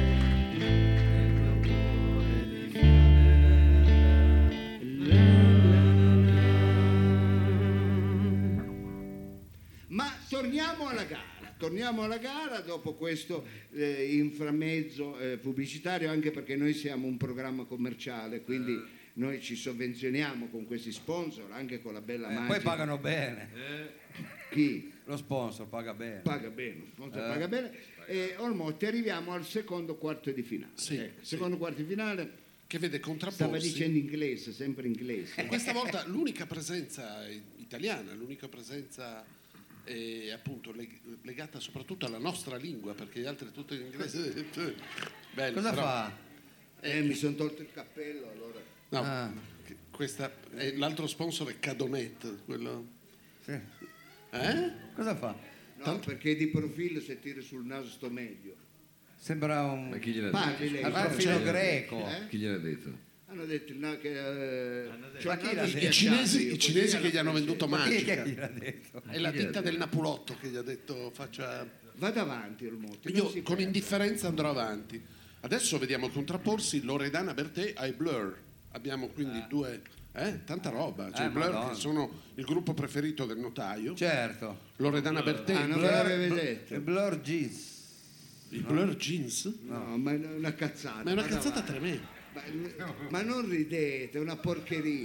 Ma torniamo alla gara dopo questo inframezzo pubblicitario, anche perché noi siamo un programma commerciale, quindi noi ci sovvenzioniamo con questi sponsor, anche con la bella Magica. Poi pagano bene. Chi? Lo sponsor paga bene. Paga bene, lo sponsor paga bene. E Olmotti, arriviamo al secondo quarto di finale. Sì, secondo quarto di finale. Che vede Stava contrapporsi. dicendo inglese, sempre inglese. Questa volta l'unica presenza italiana, l'unica presenza appunto legata soprattutto alla nostra lingua, perché gli altri tutti in inglese. Bello, Cosa però, fa? Mi sono tolto il cappello, allora. no, l'altro sponsor è Cadonet, quello. Sì. Cosa fa? No, perché di profilo se tiri sul naso sto meglio. Sembra Ma un chi gliel'ha Parli detto? lei. al profilo greco. Chi gliel'ha detto? Hanno detto no, che Ma chi l'ha detto? I cinesi che gli hanno venduto Ma chi è Magica. che gliel'ha detto? È la ditta del Napulotto che gli ha detto faccia. Vada avanti Olmotti. Io con indifferenza andrò avanti. Adesso vediamo contrapporsi Loredana Bertè ai Blur. Abbiamo quindi due. Tanta roba. Cioè, i Blur Madonna. che sono il gruppo preferito del notaio. Certo. Loredana Bertè. Ah, non me l'avevi detto. Blur Jeans. I Blur Jeans? No, ma è una cazzata. Ma è una vada cazzata avanti. tremenda. Ma non ridete, è una porcheria.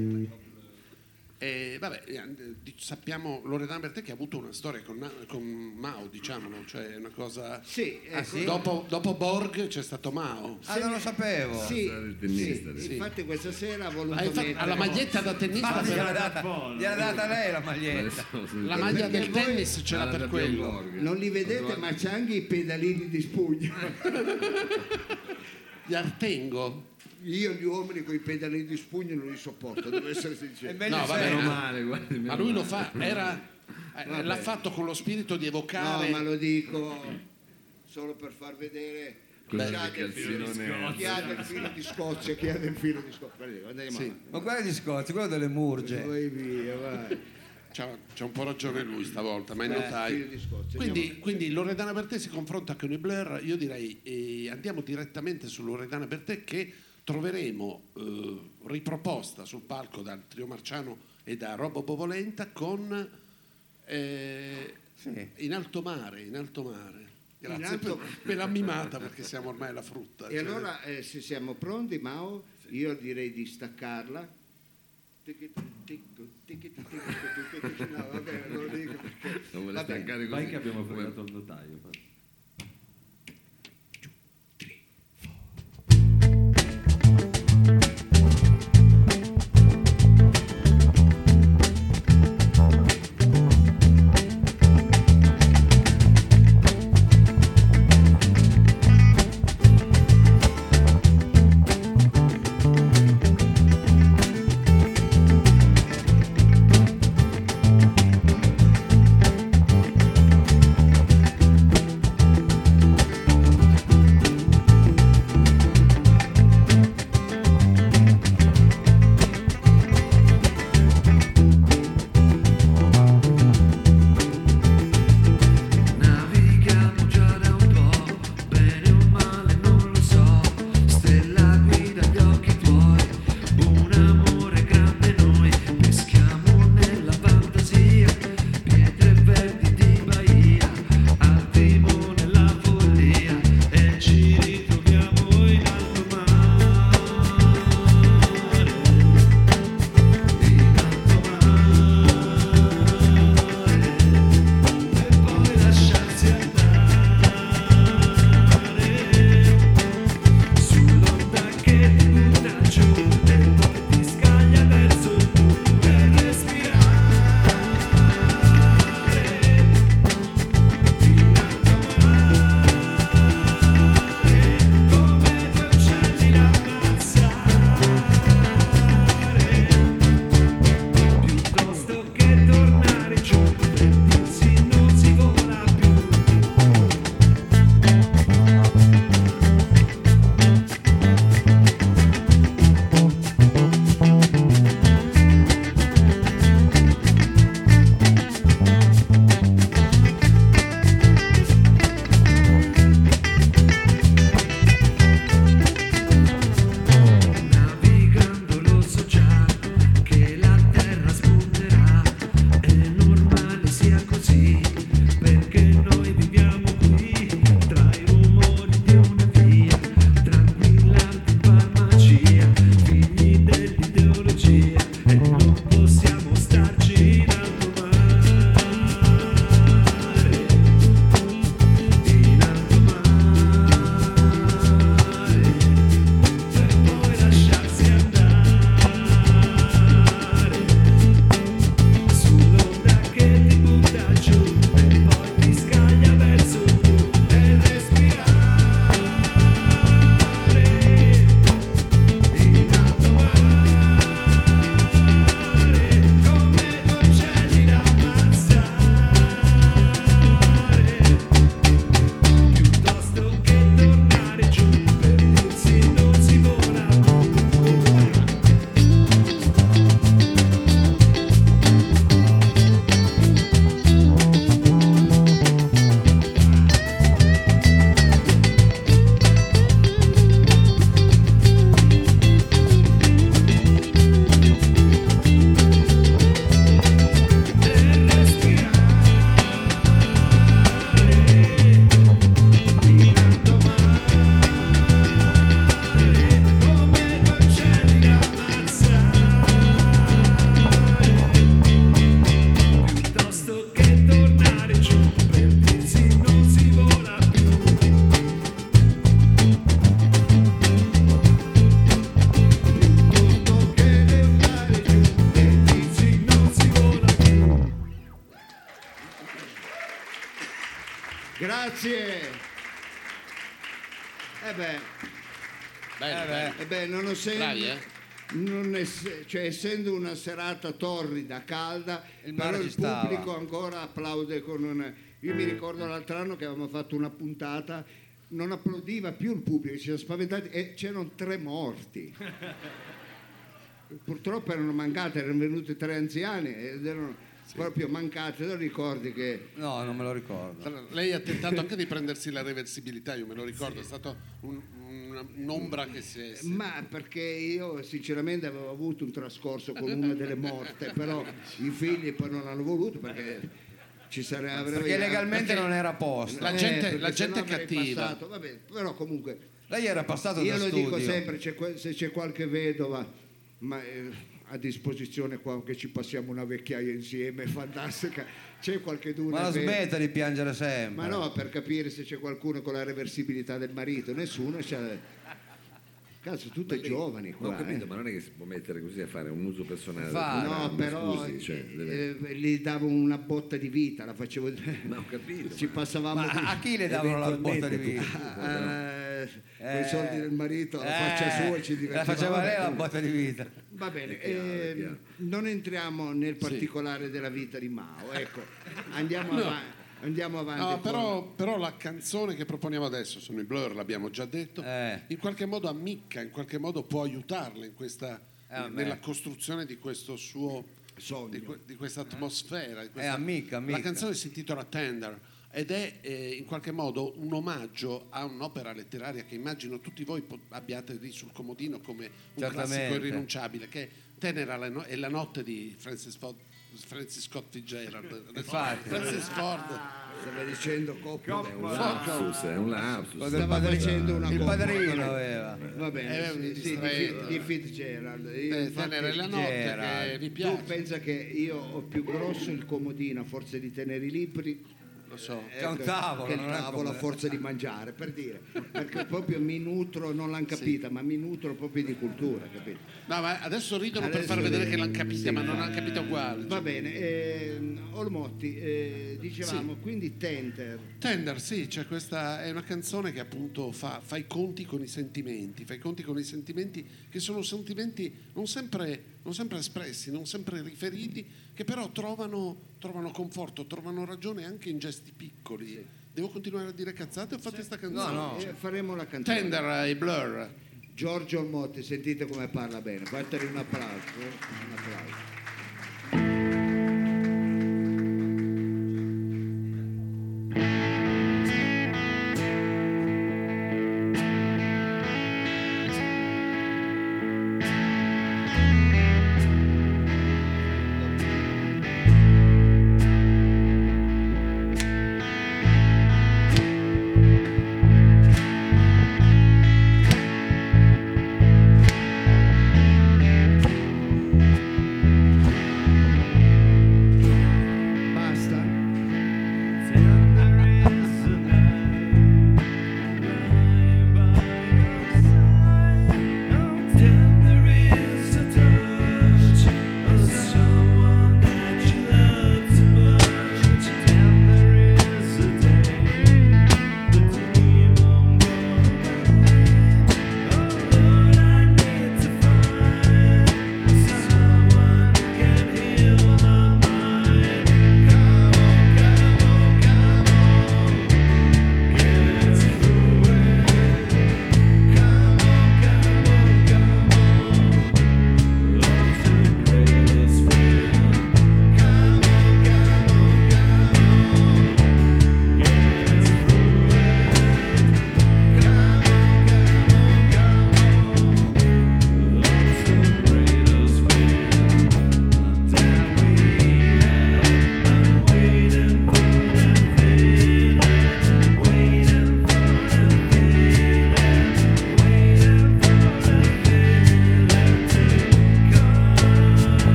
Sappiamo Loredana Bertè che ha avuto una storia con Mao, diciamolo, cioè una cosa. Sì, ecco. sì? Dopo Borg c'è stato Mao. Non lo sapevo. Sì, Il tennista, sì. sì. Infatti questa sera ha voluto Alla maglietta da tennista Gliel'ha per- data lei la maglietta. la maglia del Perché voi- tennis ce l'ha per quello. non li vedete, ma c'è anche i pedalini di spugno. Gli Artengo. Io gli uomini con i pedalini di spugno non li sopporto, devo essere È sincero. meglio No, vabbè, sempre. Meno male, guardi, Ma meno lui lo male. fa, l'ha fatto con lo spirito di No, evocare. ma lo dico solo per far vedere chi ha del filo di Scozia, chi ha del filo di Scozia. Andiamo Sì. avanti. Ma quella di Scozia, quello delle Murge. Vai via, vai. C'ha un po' ragione lui stavolta, ma è Filo notaio. di Scozia. Quindi Loredana Bertè si confronta con i Blur. Io direi andiamo direttamente su Loredana Bertè, che troveremo riproposta sul palco dal Trio Marciano e da Robbo Bovolenta con In alto mare. Grazie In alto- per l'ha mimata, perché siamo ormai alla frutta. E allora, se siamo pronti, Mao, io direi di staccarla. No, vabbè, non lo dico perché. Non vuole Vabbè. staccare così. Vai che abbiamo fregato il notaio. Grazie. Non ho Bravi, cioè, essendo una serata torrida, calda, Il però mare il ci stava. pubblico ancora applaude con una... Io mi ricordo l'altro anno che avevamo fatto una puntata, non applaudiva più il pubblico, ci siamo spaventati e c'erano 3 morti. Purtroppo erano mancate, erano venuti 3 anziani ed erano proprio mancate. Lo ricordi che... No, non me lo ricordo. Lei ha tentato anche di prendersi la reversibilità, io me lo ricordo, è stata un'ombra che Ma perché io sinceramente avevo avuto un trascorso con una delle morte, però i figli poi non hanno voluto perché ci sarebbe... Perché legalmente non era a posto. La gente perché è sennò avrei cattiva. passato, vabbè, però comunque Lei era passato io da lo studio. dico sempre, se c'è qualche vedova ma a disposizione qua che ci passiamo una vecchiaia insieme, è fantastica, c'è qualche Ma la smetta di piangere sempre. ma no, per capire se c'è qualcuno con la reversibilità del marito, nessuno c'ha... Cazzo, tutte giovani No, ho qua. capito, ma non è che si può mettere così a fare un uso personale. Infatti. del No, programma, però scusi, cioè, deve- gli davo una botta di vita, la facevo... Ma ho capito. Ci passavamo Ma a chi le davano la botta di vita? con i soldi del marito, la faccia sua ci La divertivamo. faceva lei la botta di vita. Va bene, È chiaro. non entriamo nel particolare della vita di Mao, ecco, andiamo avanti. No, con- però la canzone che proponiamo adesso sono i Blur, l'abbiamo già detto, in qualche modo ammicca, in qualche modo può aiutarla in questa, nella costruzione di questo suo Sogno. di questa atmosfera. Di questa- ammicca. La canzone si intitola Tender ed è in qualche modo un omaggio a un'opera letteraria che immagino tutti voi abbiate lì sul comodino come un Certamente. classico irrinunciabile, che è Tenera è la notte di Francis Scott Fitzgerald. Infatti. Francis Ford. Stava dicendo coppia. È un lapsus, è un lapsus. Stava facendo una Il coppia. padrino aveva. Va bene, mi sì, distraevo. di Fitzgerald. Io, infatti, Tenera è la notte Gerald. che vi tu piace. pensa che io ho più grosso il comodino a forza di tenere i libri, Lo so. Che è un tavolo, che il non è tavolo a come- forza di mangiare, per dire, perché proprio mi nutro, non l'hanno capita, ma mi nutro proprio di cultura, capito? No, ma adesso ridono per Adesso far vedere ridono. che l'hanno capita, Sì. ma non l'hanno capita uguale. Va bene, Olmotti, dicevamo, quindi Tender, sì, cioè questa è una canzone che appunto fa i conti con i sentimenti, che sono sentimenti non sempre espressi, non sempre riferiti, che però trovano conforto, trovano ragione anche in gesti piccoli. Devo continuare a dire cazzate o fate sta canzone? No. faremo la canzone. Tender, i Blur. Giorgio Olmotti, sentite come parla bene, fateli un applauso. Un applauso.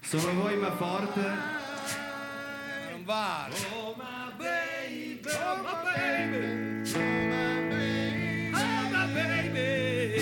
Solo voi ma forte. Non vale. Oh my baby, oh my baby, oh my baby, oh my baby.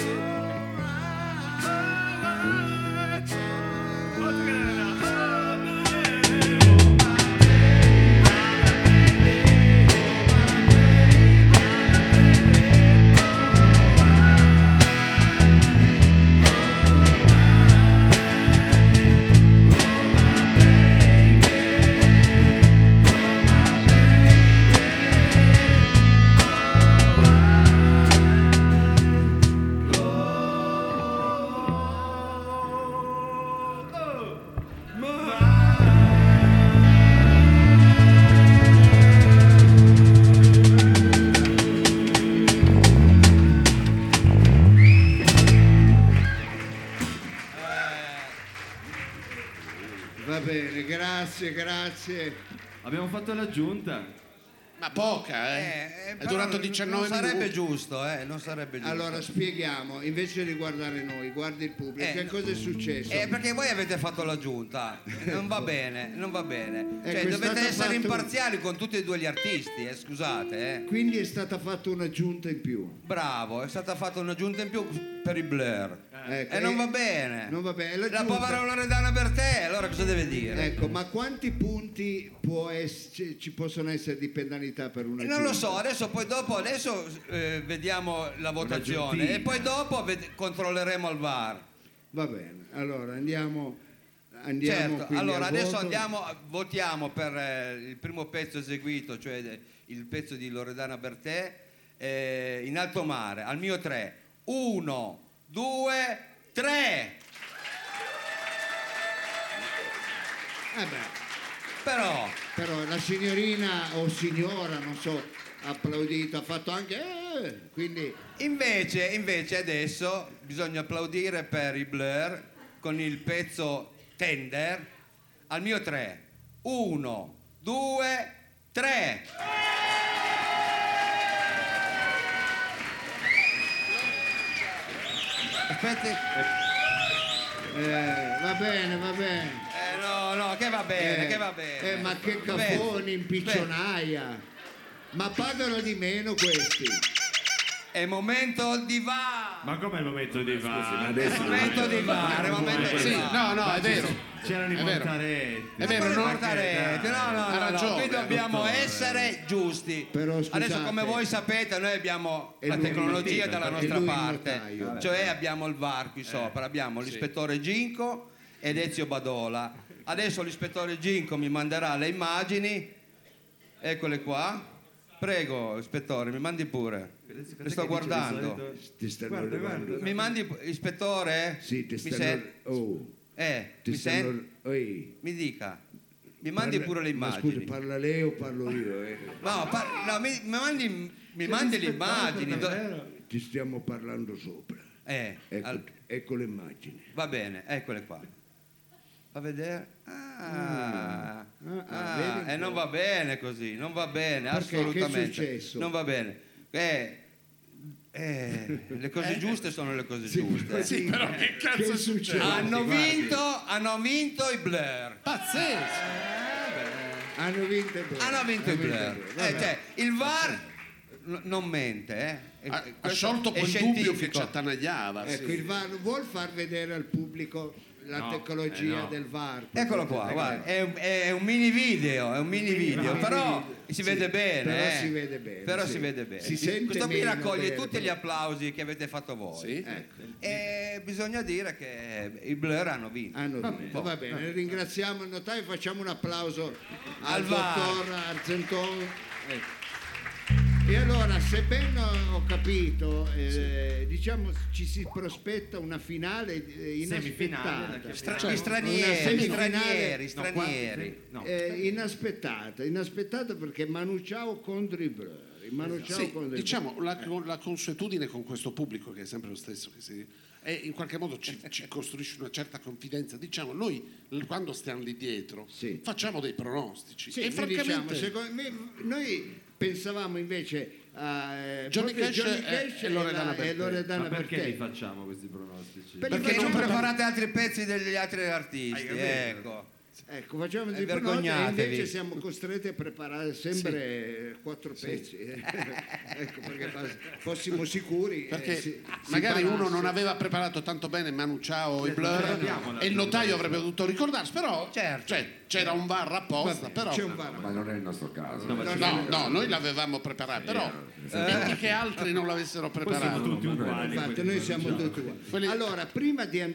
Va bene, grazie. Abbiamo fatto l'aggiunta. Ma poca, è però durato 19 non sarebbe minuti. giusto, non sarebbe giusto. Allora spieghiamo, invece di guardare noi, guardi il pubblico, che cosa è successo? Perché voi avete fatto l'aggiunta, non va bene, non va bene. Ecco, Cioè, è dovete stato essere fatto- imparziali con tutti e due gli artisti, scusate. Quindi è stata fatta un'aggiunta in più. Bravo, è stata fatta un'aggiunta in più per i Blur. Ecco, E non va bene. Non va bene. La L'aggiunta- povera Loredana Bertè, allora cosa deve dire? Ecco, ma quanti punti ci possono essere di penalità per una Non lo so, adesso vediamo la votazione Un'aggiuntina. e poi dopo controlleremo al VAR. Va bene, allora andiamo Certo, quindi allora al adesso voto. votiamo per il primo pezzo eseguito, cioè il pezzo di Loredana Bertè, in alto mare, al mio 3. 1, 2, 3. Però la signorina o signora, non so, ha applaudito, ha fatto anche quindi Invece adesso bisogna applaudire per i Blur con il pezzo Tender al mio 3. 1, 2, 3. Aspetti. va bene. No, che va bene, che va bene. Ma che Beh, cafoni in piccionaia. Ma pagano di meno questi. È momento di VAR. Ma com'è il momento di Ma va? adesso È momento di VAR, è momento di Sì, VAR. no, è vero. C'erano i È vero. montaretti. È vero, Non no? portare- no, Ha ragione, qui dobbiamo dottore. essere giusti. Però, scusate, adesso come voi sapete noi abbiamo è la lui tecnologia il dalla notaio, nostra è lui il parte, notaio. cioè abbiamo il VAR qui sopra, abbiamo l'ispettore Ginco ed Ezio Badola. Adesso l'ispettore Ginco mi manderà le immagini, eccole qua. Prego, ispettore, mi mandi pure. Le sto guardando. Ti stanno Guarda, arrivando. guarda. Mi mandi, ispettore? Sì, ti Mi stanno sen- ti mi stanno sen- Oi. mi dica. Mi mandi pure le Ma immagini. scusi, parla lei o parlo io? No, mi mandi le immagini. Ti stiamo parlando sopra. Ecco le immagini. Va bene, eccole qua. Fa vedere. vedi? Non va bene così, non va bene, Perché? assolutamente. Che è successo? Non va bene. Le cose giuste sono le cose giuste. Sì, però che cazzo è successo? Hanno vinto i Blur. Pazzesco. Hanno vinto i Blur. Hanno vinto i Blur. Vabbè. Cioè, il VAR non mente, Ha Questo sciolto è quel dubbio che scientifico. ci attanagliava. Ecco, sì. il VAR vuol far vedere al pubblico la tecnologia no. del VAR. Eccolo qua, guarda, è un mini video, però si vede bene. Però si vede bene, Però sì. si vede bene. Si sente Questo qui meno raccoglie bene, tutti però. gli applausi che avete fatto voi. Sì. Ecco, E bisogna dire che i Blur hanno vinto. hanno vinto. Va bene, ringraziamo il notaio, facciamo un applauso al Al VAR. dottor Argenton. Ecco. E allora, se ben ho capito, diciamo ci si prospetta una finale Semifinale, inaspettata. da Gli stranieri, No, stranieri. no. Inaspettata perché Manu Chao contro i Blur. Manu Chao Sì, contro i diciamo la consuetudine con questo pubblico che è sempre lo stesso e in qualche modo ci costruisce una certa confidenza. Diciamo, noi quando stiamo lì dietro facciamo dei pronostici Sì, e noi diciamo, francamente secondo me, noi pensavamo invece Johnny proprio Cash e Loredana Bertè. Loredana Ma perché Bertè. li facciamo questi pronostici? Perché Non preparate altri pezzi degli altri artisti, ecco. Ecco, facciamo dei Vergognatevi. e invece siamo costretti a preparare sempre 4 pezzi. Ecco, perché fossimo sicuri. Perché magari uno non aveva preparato tanto bene Manu Chao o i Blur e il notaio avrebbe dovuto ricordarsi, però Certo. cioè, c'era un VAR apposta, però C'è un VAR. Ma non è il nostro caso. no, noi l'avevamo preparato, però metti che altri non l'avessero preparato. Tutti uguali. Infatti, noi siamo tutti uguali. Allora, prima di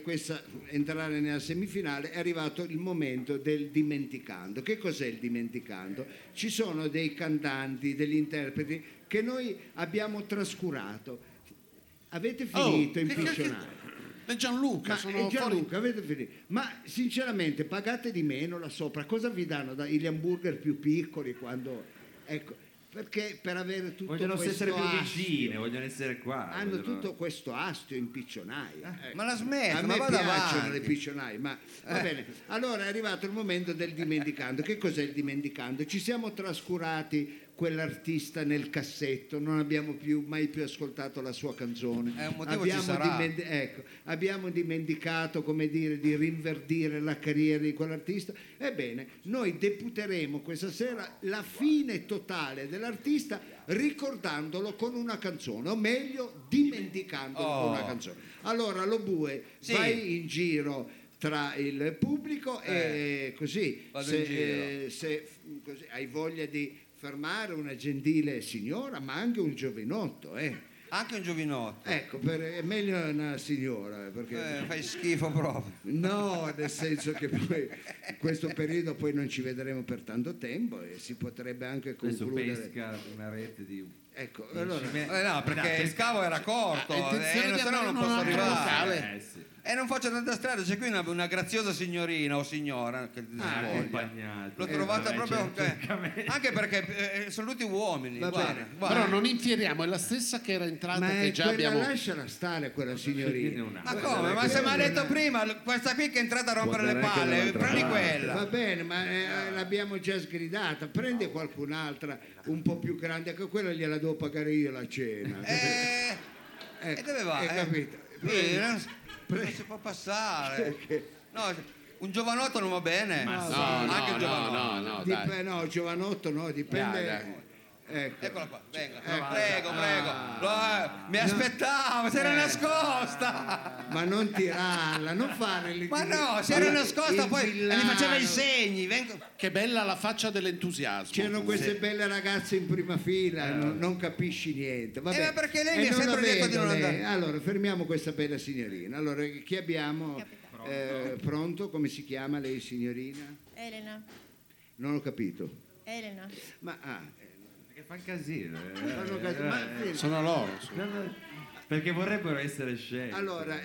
entrare nella semifinale, è arrivato il momento del dimenticando. Che cos'è il dimenticando? Ci sono dei cantanti, degli interpreti che noi abbiamo trascurato. Avete finito in piccionaio. E Gianluca, sono Gianluca, avete finito. Ma sinceramente pagate di meno là sopra. Cosa vi danno gli hamburger più piccoli quando... Ecco, perché per avere tutto Vogliono questo essere più astio, vicine, vogliono essere qua. hanno vogliono- tutto questo astio in piccionaio. Ecco. Ma la smetta, A ma me vada piacciono avanti. le piccionai, ma va bene. Allora è arrivato il momento del dimenticando. Che cos'è il dimenticando? Ci siamo trascurati quell'artista nel cassetto, non abbiamo mai più ascoltato la sua canzone. Un motivo ci sarà. Abbiamo dimenticato, come dire, di rinverdire la carriera di quell'artista. Ebbene, noi deputeremo questa sera la fine totale dell'artista ricordandolo con una canzone, o meglio dimenticandolo con una canzone. Allora Lobue, Sì. vai in giro tra il pubblico e così, Vado in giro. se così, hai voglia di fermare una gentile signora, ma anche un giovinotto, Anche un giovinotto. ecco, è meglio una signora, perché Fai schifo proprio. no, nel senso che poi in questo periodo poi non ci vedremo per tanto tempo e si potrebbe anche Adesso concludere. pesca una rete di... Ecco, allora No, perché il cavo era corto, intenzione di se no andare non in posso un altro arrivare. locale? sì. E non faccio tanta strada, c'è qui una graziosa signorina o signora che voglia. accompagnati. L'ho trovata vabbè, proprio certamente. anche perché sono tutti uomini. Va Guarda, bene. guarda. Però non infieriamo, è la stessa che era entrata, ma che è già quella, abbiamo. lasciala stare quella signorina. Ma come? Ma se mi ha detto prima, questa qui che è entrata a rompere le Guarda anche palle, dall'altra prendi parte. quella. Va bene, ma l'abbiamo già sgridata, prendi qualcun'altra un po' più grande, che quella gliela devo pagare io la cena. E dove va? Hai capito? Non si può passare. No, un giovanotto non va bene. No, anche un giovanotto. no, dai. No, giovanotto no, dipende. Dai. Ecco. Eccola qua, venga, Ecco. prego. Mi aspettavo, si era nascosta. Ma non tirarla, non fare Ma no, si era nascosta, poi e mi faceva i segni. Che bella la faccia dell'entusiasmo. C'erano queste belle ragazze in prima fila, non capisci niente. Vabbè. Ma perché lei mi E ha non sempre la detto di non vedo lei. andare. Allora, fermiamo questa bella signorina. Allora, chi abbiamo? Pronto? Come si chiama lei, signorina? Elena, Non ho capito. Elena. Ma Perché fa un casino. Sono loro. Perché vorrebbero essere scelti. allora,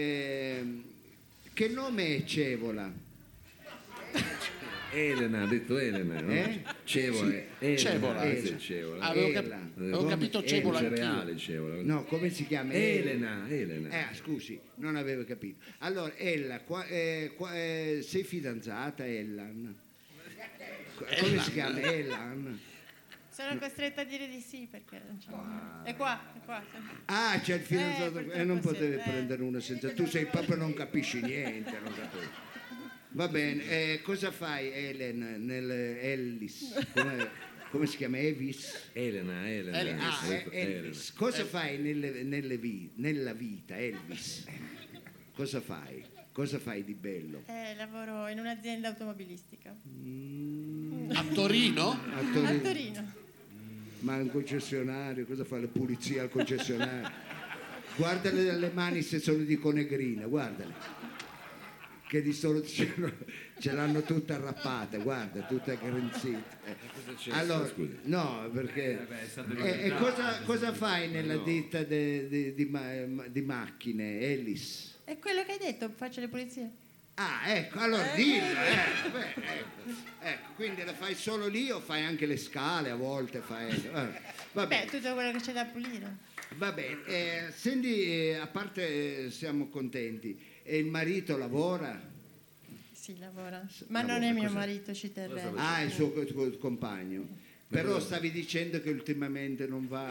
che nome è Cevola? Elena, ha detto Elena, no? Cevola. Cevola. Questo è Cevola. Avevo capito Cevola anch'io. Cereale, Cevola. No, come si chiama? Elena. Scusi, non avevo capito. Allora, Ella, sei fidanzata, Ellan? Come si chiama? Ellan? Sono costretta a dire di sì perché non c'è. È qua. Ah, c'è il fidanzato purtroppo e non sì. potevi prendere uno senza. Tu sei proprio non capisci niente. Non capisci. Va bene, cosa fai, Ellen, nel Ellis? Come si chiama? Evis? Elena. Elvis. Cosa fai nella vita, Elvis? Cosa fai? Cosa fai di bello? Lavoro in un'azienda automobilistica. A Torino? A A Torino. Torino. Ma un concessionario, cosa fa la pulizia al concessionario? Guardale le mani se sono di conegrina, guardale. Che di solito ce l'hanno tutte arrappate, guarda, tutte grinzite. Allora, scusi? no, perché... E cosa fai nella ditta di macchine, Ellis? È quello che hai detto, faccio le pulizie. Ah, ecco, allora dillo, ecco, quindi la fai solo lì o fai anche le scale a volte? Va bene. Tutto quello che c'è da pulire. Va bene, senti, a parte siamo contenti, e il marito lavora? Sì, lavora. Ma non è mio marito, ci terrei. Ah, il suo compagno. Però stavi dicendo che ultimamente non va.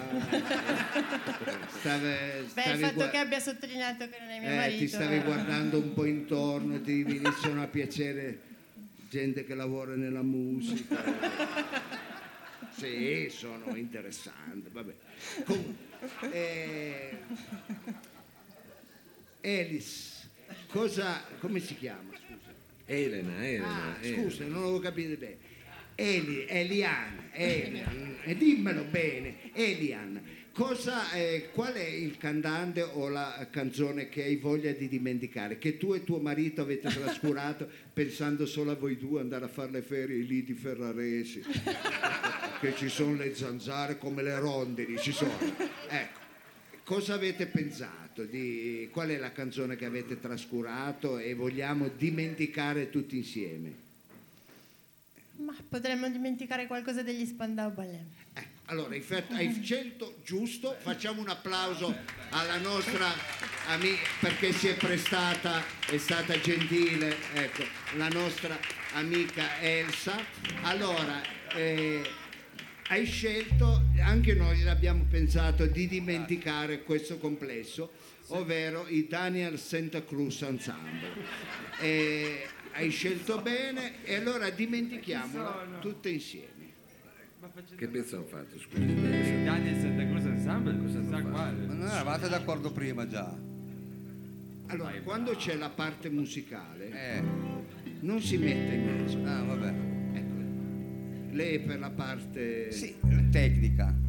Beh, il fatto che abbia sottolineato che non è mio marito. Ti stavi guardando un po' intorno, ti iniziano a piacere gente che lavora nella musica. Sì, sono interessanti, vabbè. Comunque, Elis, come si chiama? Scusa. Elena. Scusa, non l'avevo capito bene. Elian, dimmelo bene, Elian, qual è il cantante o la canzone che hai voglia di dimenticare, che tu e tuo marito avete trascurato pensando solo a voi due andare a fare le ferie lì di Ferraresi, che ci sono le zanzare come le rondini, ci sono. Ecco, cosa avete pensato? Qual è la canzone che avete trascurato e vogliamo dimenticare tutti insieme? Ma potremmo dimenticare qualcosa degli Spandau Ballet. Allora, hai scelto giusto, facciamo un applauso alla nostra amica perché si è prestata, è stata gentile, ecco, la nostra amica Elsa. Allora, hai scelto, anche noi abbiamo pensato di dimenticare questo complesso, ovvero i Daniel Santa Cruz Ensemble. Hai scelto bene e allora dimentichiamolo tutte insieme. Che pezzo hanno fatto, scusi? Daniel Santa Cruz Ensemble? Cosa hanno Chissà fatto? quale. Ma non eravate d'accordo prima già? Allora, quando c'è la parte musicale non si mette in mezzo. Ah, vabbè. Ecco, lei è per la parte... Sì, tecnica.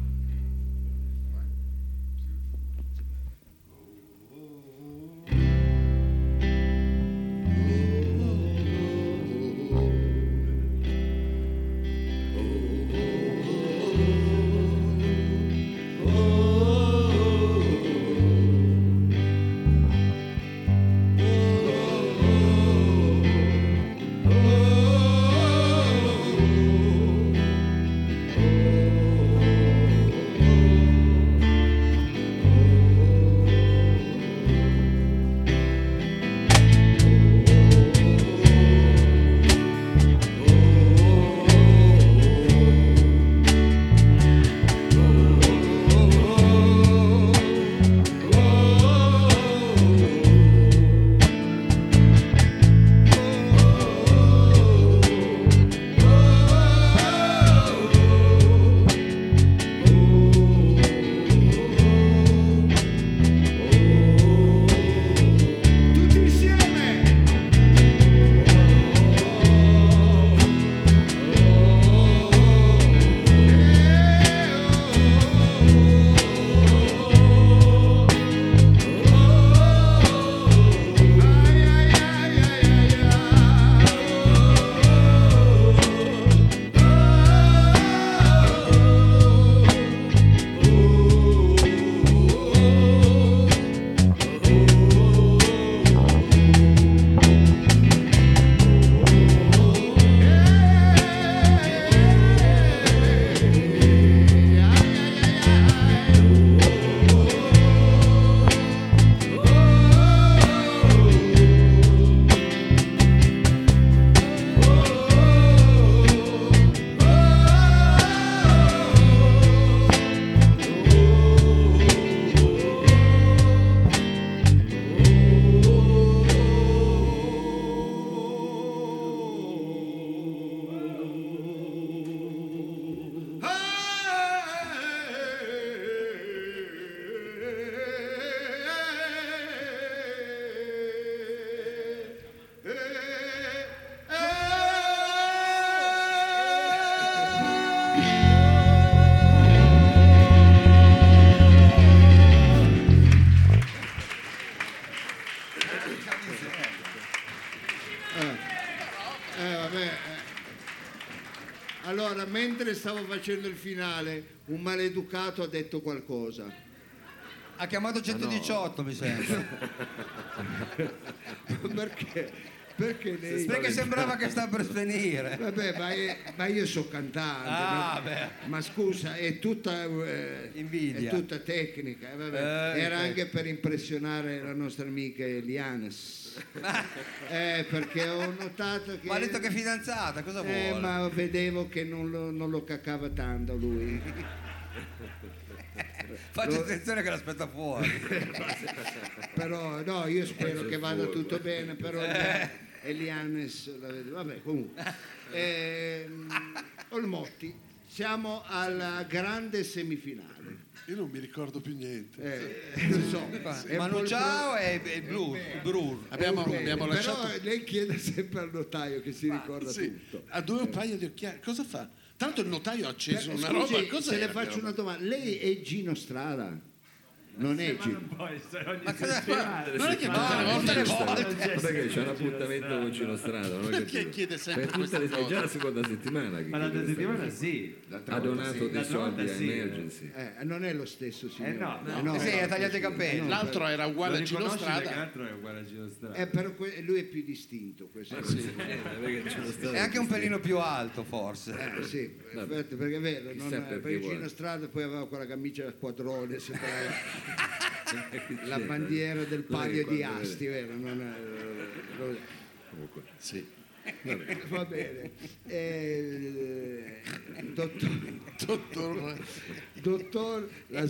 Allora, mentre stavo facendo il finale, un maleducato ha detto qualcosa. Ha chiamato 118, mi sembra. Perché? Perché lei... Perché sembrava che sta per svenire. Vabbè, ma io so cantante, ma scusa, è tutta Invidia. è tutta tecnica. Era anche per impressionare la nostra amica Elianes. Perché ho notato che... Ma ha detto che è fidanzata, cosa vuole? ma vedevo che non lo cacava tanto lui. Faccia attenzione che l'aspetta fuori. Però no, io spero che vada tutto bene, però Elianes la vedo. Vabbè, comunque. Olmotti, siamo alla grande semifinale. Io non mi ricordo più niente. Lo so. Manu Ciao e il Brur. Abbiamo Però lasciato lei chiede sempre al notaio che si ricorda tutto. a due paia di occhiali. Cosa fa? Tanto il notaio ha acceso una Scusi, roba. Cosa se le faccio una domanda, lei è Gino Strada? Non è Gino? Può essere ogni Ma cosa settimana. Non è che tutte le volte. Perché c'è un appuntamento con Gino Strada? Non ho Perché capito. chiede sempre Per tutte queste è già cose? la seconda settimana che Ma l'altra chiede questa settimana cosa. sì. Ha donato dei L'altra volta soldi a sì. Emergency. Non è lo stesso signore. no. Sì, ha tagliato i capelli. L'altro era Lo uguale a Gino riconosci perché Strada. l'altro è uguale a Gino Strada. Però lui è più distinto. Questo. Perché Gino Strada È anche un pelino più alto, forse. Sì, infatti, perché è vero, Chissà perché perché vuole. Gino Strada poi aveva quella camicia da squadrone, sembrava la bandiera del palio di Asti, vero? Comunque. Sì. Va bene. Dottor, la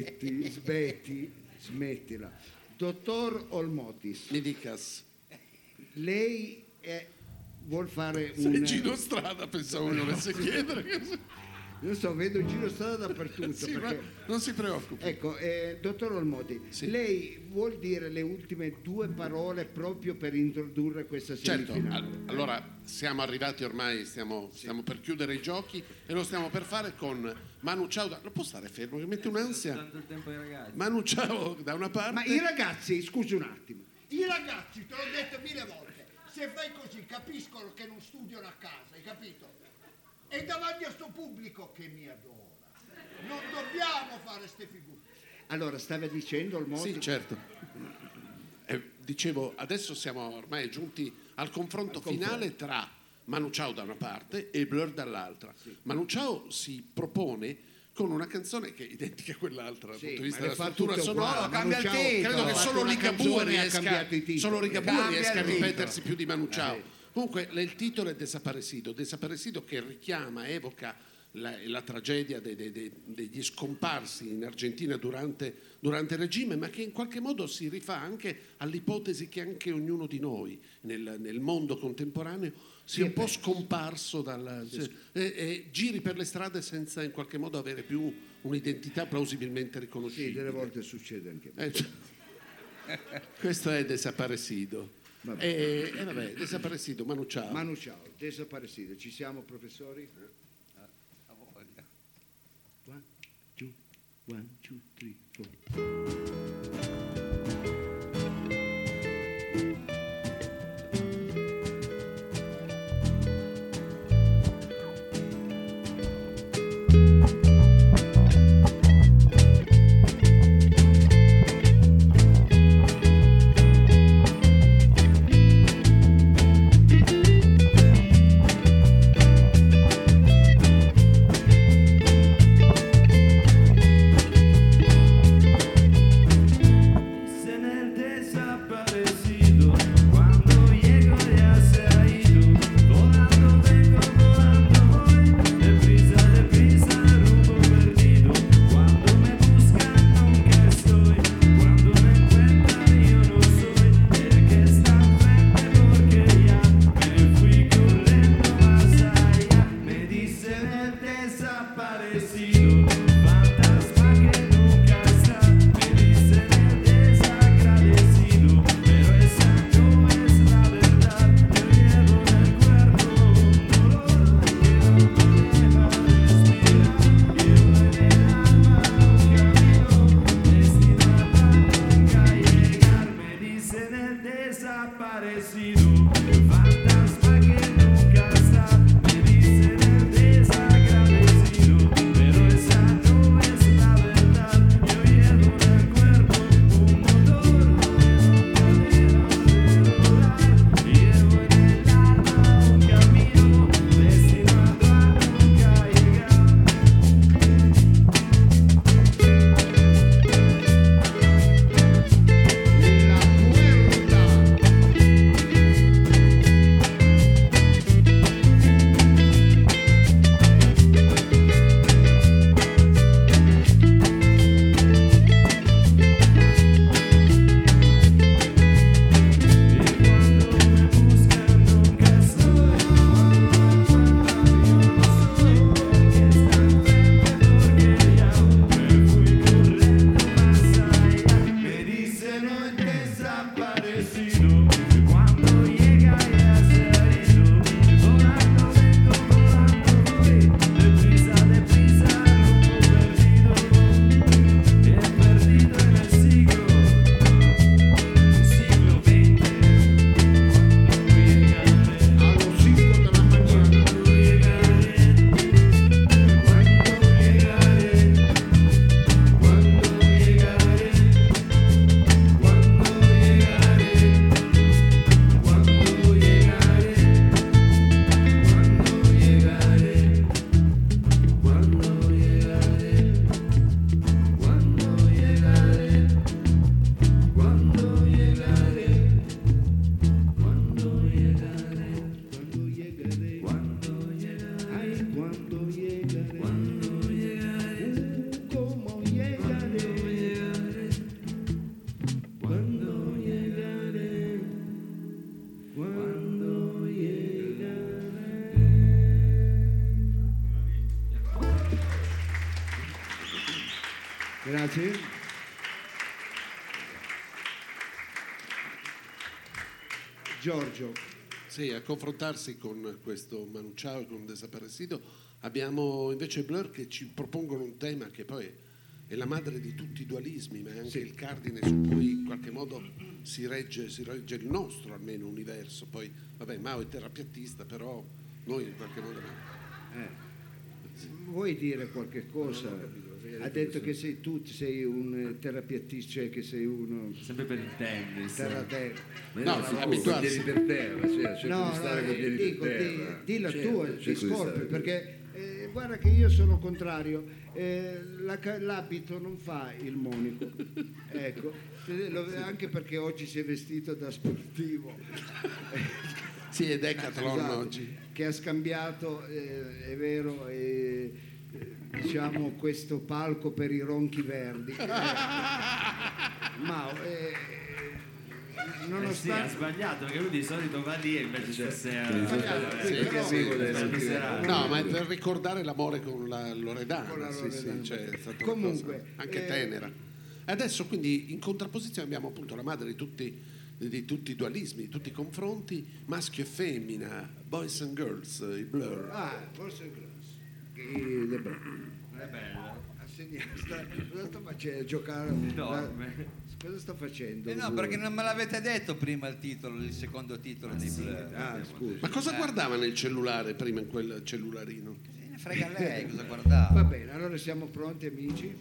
smettila. Dottor Olmotis, Mi dicas. lei vuol fare Sei Gino Strada, pensavo mi volesse chiedere. Io so, vedo Gino Strada dappertutto. Sì, ma perché... non si preoccupi. Ecco, dottor Olmoti, Sì. lei vuol dire le ultime due parole proprio per introdurre questa Certo, semifinale? allora siamo arrivati ormai, stiamo per chiudere i giochi e lo stiamo per fare con Manu Ciao. Non può stare fermo, che mette un'ansia. Tanto il tempo ai ragazzi. Manu Ciao da una parte. Ma i ragazzi, scusi un attimo, i ragazzi, te l'ho detto 1000 volte, se fai così capiscono che non studiano a casa, hai capito? E davanti a sto pubblico che mi adora, non dobbiamo fare ste figure. Allora, stava dicendo Olmotti? Sì, certo. Dicevo, adesso siamo ormai giunti al confronto finale tra Manu Ciao da una parte e Blur dall'altra. Manu Ciao si propone con una canzone che è identica a quell'altra dal Sì, punto di vista ma le della fa struttura tutte sonora. uguali. cambia il Manu Ciao, titolo. Credo che ha fatto solo una Ligabue canzone e ha riesca, cambiato i titoli. solo Ligabue Cambia riesca a il titolo. ripetersi più di Manu Ciao. Comunque il titolo è Desaparecido che richiama, evoca la tragedia degli scomparsi in Argentina durante il regime, ma che in qualche modo si rifà anche all'ipotesi che anche ognuno di noi nel mondo contemporaneo sia un po' scomparso e giri per le strade senza in qualche modo avere più un'identità plausibilmente Sì, riconoscibile. delle volte succede anche a me. Questo è Desaparecido. E vabbè, Desaparecido, Manu Ciao. Manu Ciao, Desaparecido. Ci siamo, professori? One, two, three, four. Grazie. Giorgio. Sì, a confrontarsi con questo Manu Chao e con Desaparecido abbiamo invece Blur che ci propongono un tema che poi è la madre di tutti i dualismi, ma è anche il cardine su cui in qualche modo si regge il nostro almeno universo. Poi, vabbè, Mao è terapeutista, però noi in qualche modo... Vuoi dire qualche cosa? Ha detto che sei un terapeutista, cioè che sei uno Sempre per il tennis. terra-terra. No, con abituarsi. piedi per terra, cioè, cerco di stare con piedi dico, per terra. di la Certo, tua, cerco di di Scorpio, stare- perché guarda che io sono contrario, l'abito non fa il monaco, ecco, anche perché oggi si è vestito da sportivo. Sì, è Decathlon Esatto, oggi. che ha scambiato, è vero, diciamo questo palco per i ronchi verdi. Ma Sì, ha nonostante sbagliato perché lui di solito va lì e invece stasera sì, però- No, ma è per ricordare l'amore con la Loredana. Con la Sì, Loredana. sì, cioè, è stata una Comunque, cosa anche tenera. Adesso quindi in contrapposizione abbiamo appunto la madre di tutti i dualismi, di tutti i confronti, maschio e femmina, boys and girls, i Blur. forse è bella. cosa sta facendo? Giocare? Dorme. Cosa sta facendo? No, perché non me l'avete detto prima il titolo, il secondo titolo di Blur. Scusa. Ma cosa guardava nel cellulare prima in quel cellularino? Se ne frega lei cosa guardava. Va bene, allora siamo pronti amici?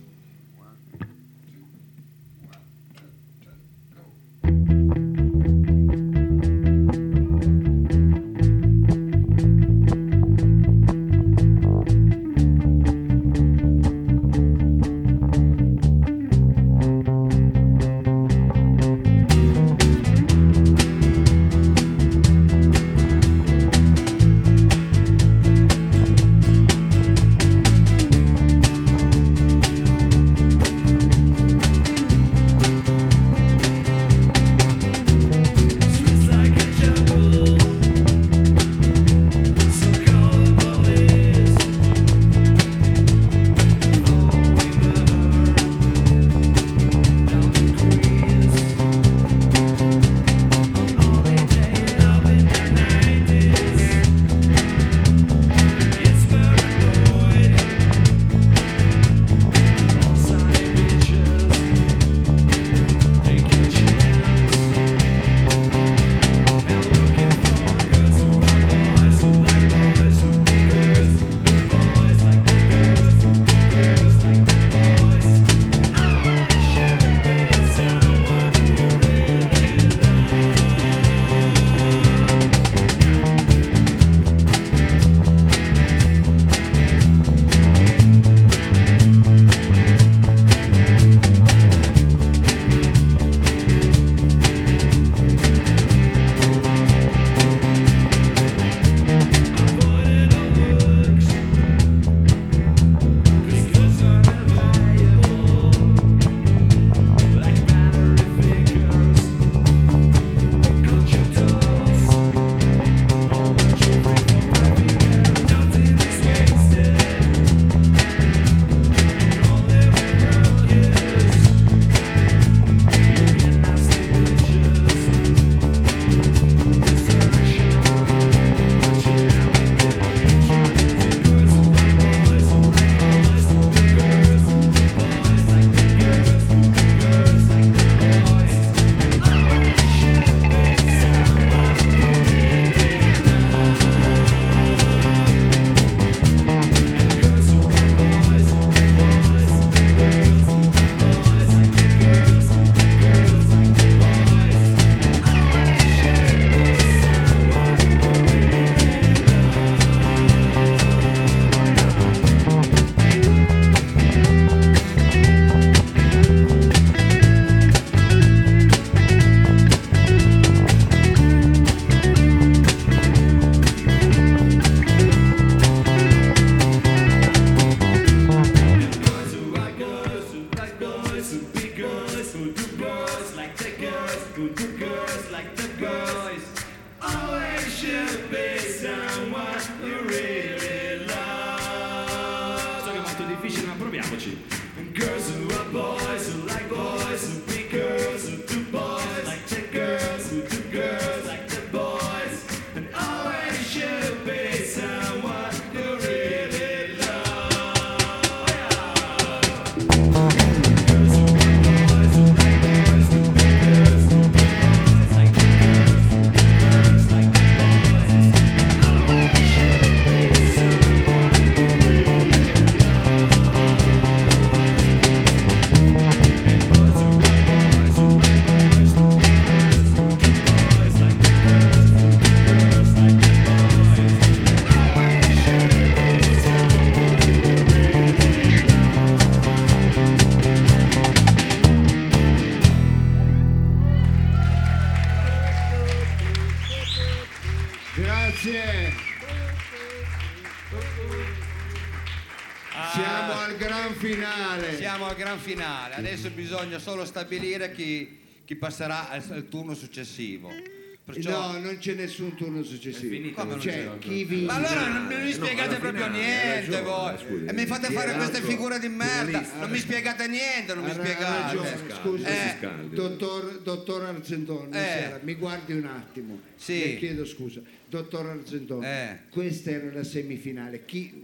So che è molto difficile, ma proviamoci. Girls who are want boys who like boys, who be girls who do boys, like the girls who do girls, like the boys, and always should be someone you really love. Girls who be boys, who like boys, who be girls who do boys, like the girls who do girls, like the boys, always should be someone you really Grazie. Siamo al gran finale. Siamo al gran finale, adesso bisogna solo stabilire chi passerà al turno successivo. Perciò... No, non c'è nessun turno successivo. finito, Come non C'è c'è? chi vince. Ma allora non mi spiegate alla proprio finale, niente hai ragione, voi. scusi. E mi fate fare Sì, queste altro. figure di merda. Finalista. Non mi spiegate niente, non mi Ha spiegate. ragione, scusa, scaldi. dottor Arzentoni, Eh. mi guardi un attimo. Sì. Le chiedo scusa. Dottor Arzentoni, questa era la semifinale.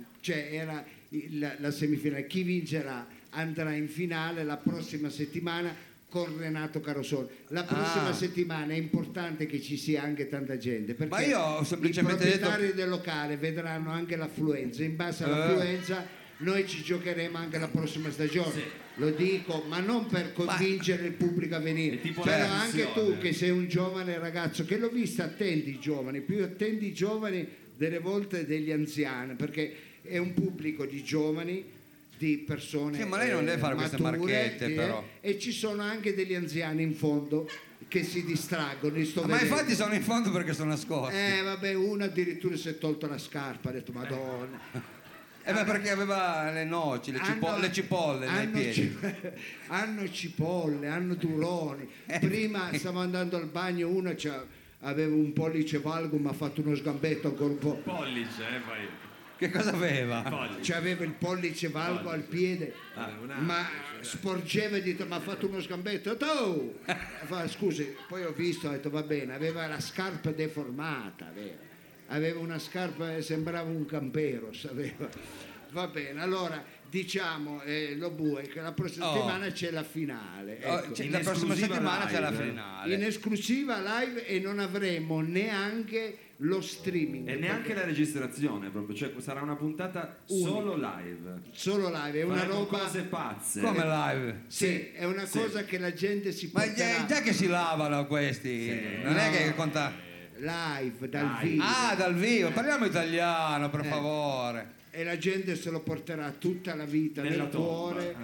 Era la semifinale. Chi vincerà andrà in finale la prossima settimana con Renato Carosone. La prossima settimana è importante che ci sia anche tanta gente, perché Ma io ho semplicemente i detto... proprietari del locale vedranno anche l'affluenza. In base all'affluenza noi ci giocheremo anche la prossima stagione. Lo dico, ma non per convincere il pubblico a venire. È tipo Però una anche tu missione. che sei un giovane ragazzo, che l'ho visto, attendi i giovani, più attendi i giovani delle volte degli anziani, perché è un pubblico di giovani, di persone Sì, ma lei non deve fare queste mature, marchette, però. e ci sono anche degli anziani in fondo che si distraggono, li sto Ma vedendo. infatti sono in fondo perché sono nascosti. Vabbè, uno addirittura si è tolto la scarpa, ha detto madonna. Ma perché aveva le noci, le cipolle nei piedi. Hanno cipolle, hanno turoni. Prima stavo andando al bagno, uno aveva un pollice valgo, ma ha fatto uno sgambetto ancora un po'. Pollice, poi. Che cosa aveva? Pollice. Aveva il pollice valgo al piede, ma sporgeva e ha detto: ma ha fatto uno sgambetto. Ho detto, "Oh!" Scusi, poi ho visto, ho detto va bene, aveva la scarpa deformata, aveva una scarpa, sembrava un campero, sapeva. Va bene, allora diciamo lo bue che la prossima settimana c'è la finale. Ecco. La prossima esclusiva settimana c'è la live. finale. In esclusiva live, e non avremo neanche lo streaming. E neanche la registrazione proprio, cioè sarà una puntata solo live. Solo live, è una Faremo roba. cose pazze. Come live? Sì, è una cosa che la gente si Ma porterà già che si lavano questi, non è che conta... live dal Live. vivo. Ah, dal vivo, parliamo italiano per favore. E la gente se lo porterà tutta la vita Nella nel tomba. cuore.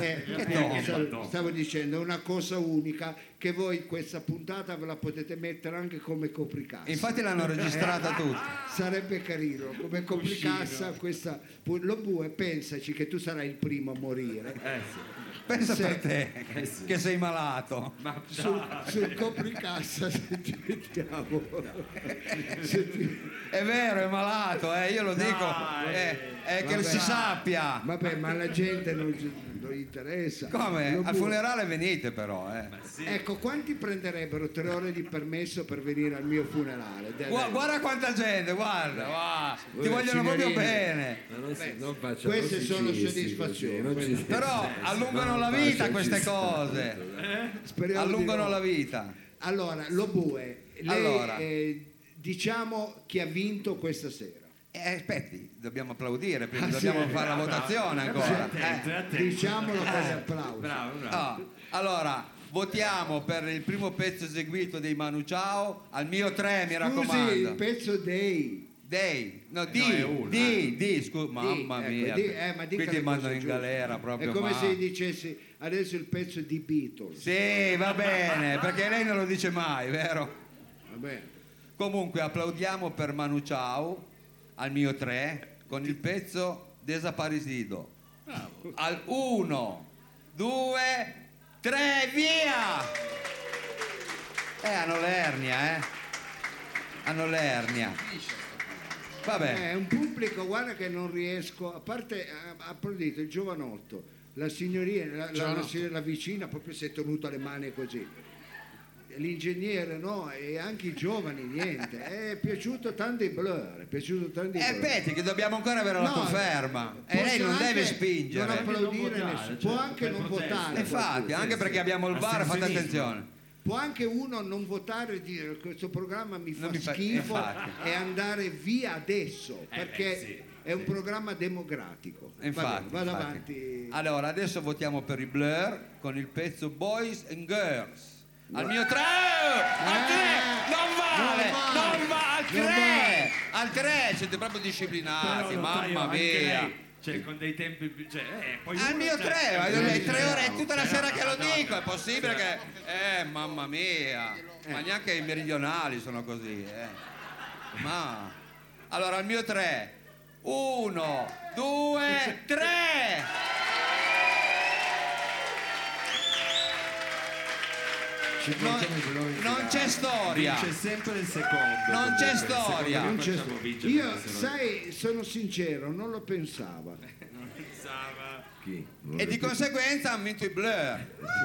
tomba? Stavo dicendo, è una cosa unica che voi questa puntata ve la potete mettere anche come copricassa. Infatti l'hanno registrata tutta. Sarebbe carino come copricassa questa. Lo bue, pensaci che tu sarai il primo a morire. Pensa Sì. per te, che sei malato. Ma Sul copricassa sentiamo. È vero, è malato, io lo dico, è che Vabbè. si sappia. Vabbè, ma la gente non gli interessa. Come? Lo Al bue- funerale venite però, Ecco, quanti prenderebbero 3 ore di permesso per venire al mio funerale? Guarda quanta gente, guarda. Ti vogliono proprio signorini. bene. Ma non faccia Queste così sono cisti, soddisfazioni. così, non ci- Però allungano la faccia vita il queste cista. cose. Speriamo di Allungano no. la vita. Allora, lo bue, lei, Allora. diciamo chi ha vinto questa sera. Aspetti, dobbiamo applaudire, prima Ah, dobbiamo sì. fare la votazione ancora. attento. Diciamolo con gli applausi. Bravo. Allora, votiamo per il primo pezzo eseguito dei Manu Chao al mio 3, mi Scusi, il raccomando. pezzo dei. Dei, no, è uno, scusa, mamma ecco, mia. ma dica Qui ti le mandano cose in giuste. galera proprio. È come ma- se dicessi adesso il pezzo di Beatles. Sì, va bene, perché lei non lo dice mai, vero? Va bene. Comunque applaudiamo per Manu Chao al mio 3 con il pezzo Desaparecido. Al 1, 2, 3, via! Hanno l'ernia, Hanno l'ernia. Vabbè. È un pubblico, guarda che non riesco, a parte ha applaudito il giovanotto, La signorina, la vicina proprio si è tenuta le mani così. L'ingegnere no, e anche i giovani niente. È piaciuto tanto i Blur, Peti, che dobbiamo ancora avere la conferma. E lei non deve spingere. Non applaudire votare, nessuno. cioè, Può anche per non protesto. votare. Infatti, anche perché abbiamo il VAR, fate attenzione. Può anche uno non votare e dire questo programma mi fa Non mi fa- schifo infatti. e andare via adesso perché sì, è un programma democratico. Infatti, vado infatti. avanti. Allora, adesso votiamo per i Blur con il pezzo Boys and Girls. Al mio 3! Al 3! Non va! Al 3! Siete proprio disciplinati, Però, notaio, mamma anche mia! lei, cioè, con dei tempi... Cioè, poi Al uno, mio cioè, 3, 3 ore, è tutta la sera che lo Madonna. dico, è possibile che... mamma mia! Ma neanche i meridionali sono così, Ma... Allora, al mio 3. 1, 2, 3! Non c'è storia. Vince sempre il secondo. Non c'è comunque, il storia. secondo Non che c'è- facciamo vincere Io, deve essere- sai, sono sincero, non lo pensava. Non pensava. Chi? Non E lo di capisco. conseguenza hanno vinto i Blur.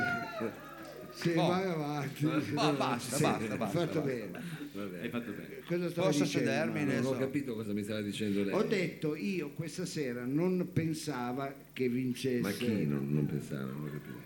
Sì, Oh. vai avanti. Ma basta, Sì, basta, hai basta, fatto basta. bene. Vabbè. Hai fatto bene. Cosa stavo Posso dicendo? sedermi Mauro? Non ho adesso? capito cosa mi stava dicendo lei. Ho detto io questa sera non pensava che vincesse. Ma chi non pensava? Non ho capito.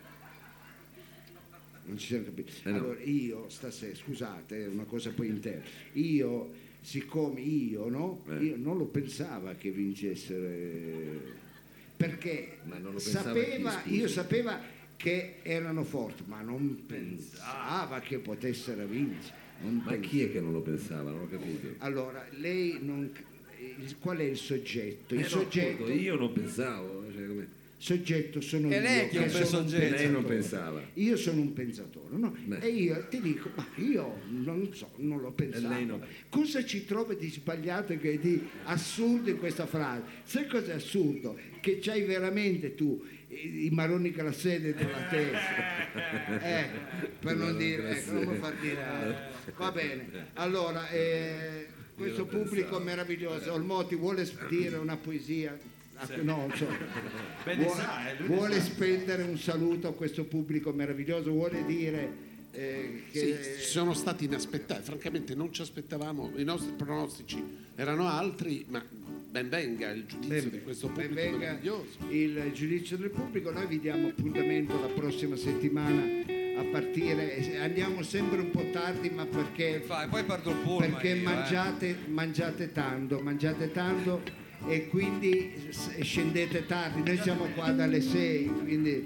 Non ci siamo capiti. No. Allora io stasera, scusate, è una cosa poi interna. Io, siccome io non lo pensava che vincesse perché Ma non lo pensava chi, scusi? io sapeva che erano forti, ma non pensava che potessero vincere. Non Ma pensava. chi è che non lo pensava? Non ho capito. Allora, lei non... Qual è il soggetto? Il No, soggetto, appunto, io non pensavo. Cioè, come... soggetto sono E io. lei che è un bel sono soggetto. Lei non pensatore. pensava. Io sono un pensatore, no? Beh. E io ti dico, ma io non so, non lo pensavo. lei no. Cosa ci trovi di sbagliato e di assurdo in questa frase? Sai cosa è assurdo? Che c'hai veramente tu i marroni che la sede nella testa. Per non dire, ecco, non mi far dire. Va bene. Allora, questo pubblico meraviglioso, Olmotti vuole dire una poesia? No, so. Bene, sa, lui ne Vuole sa. spendere un saluto a questo pubblico meraviglioso, vuole dire che Sì, sono stati inaspettati, francamente non ci aspettavamo, i nostri pronostici erano altri, ma ben venga il giudizio di questo ben pubblico venga meraviglioso. il giudizio del pubblico. Noi vi diamo appuntamento la prossima settimana a partire, andiamo sempre un po' tardi, ma perché Poi perdo il pullman. perché io, mangiate tanto e quindi scendete tardi. Noi siamo qua dalle 6, quindi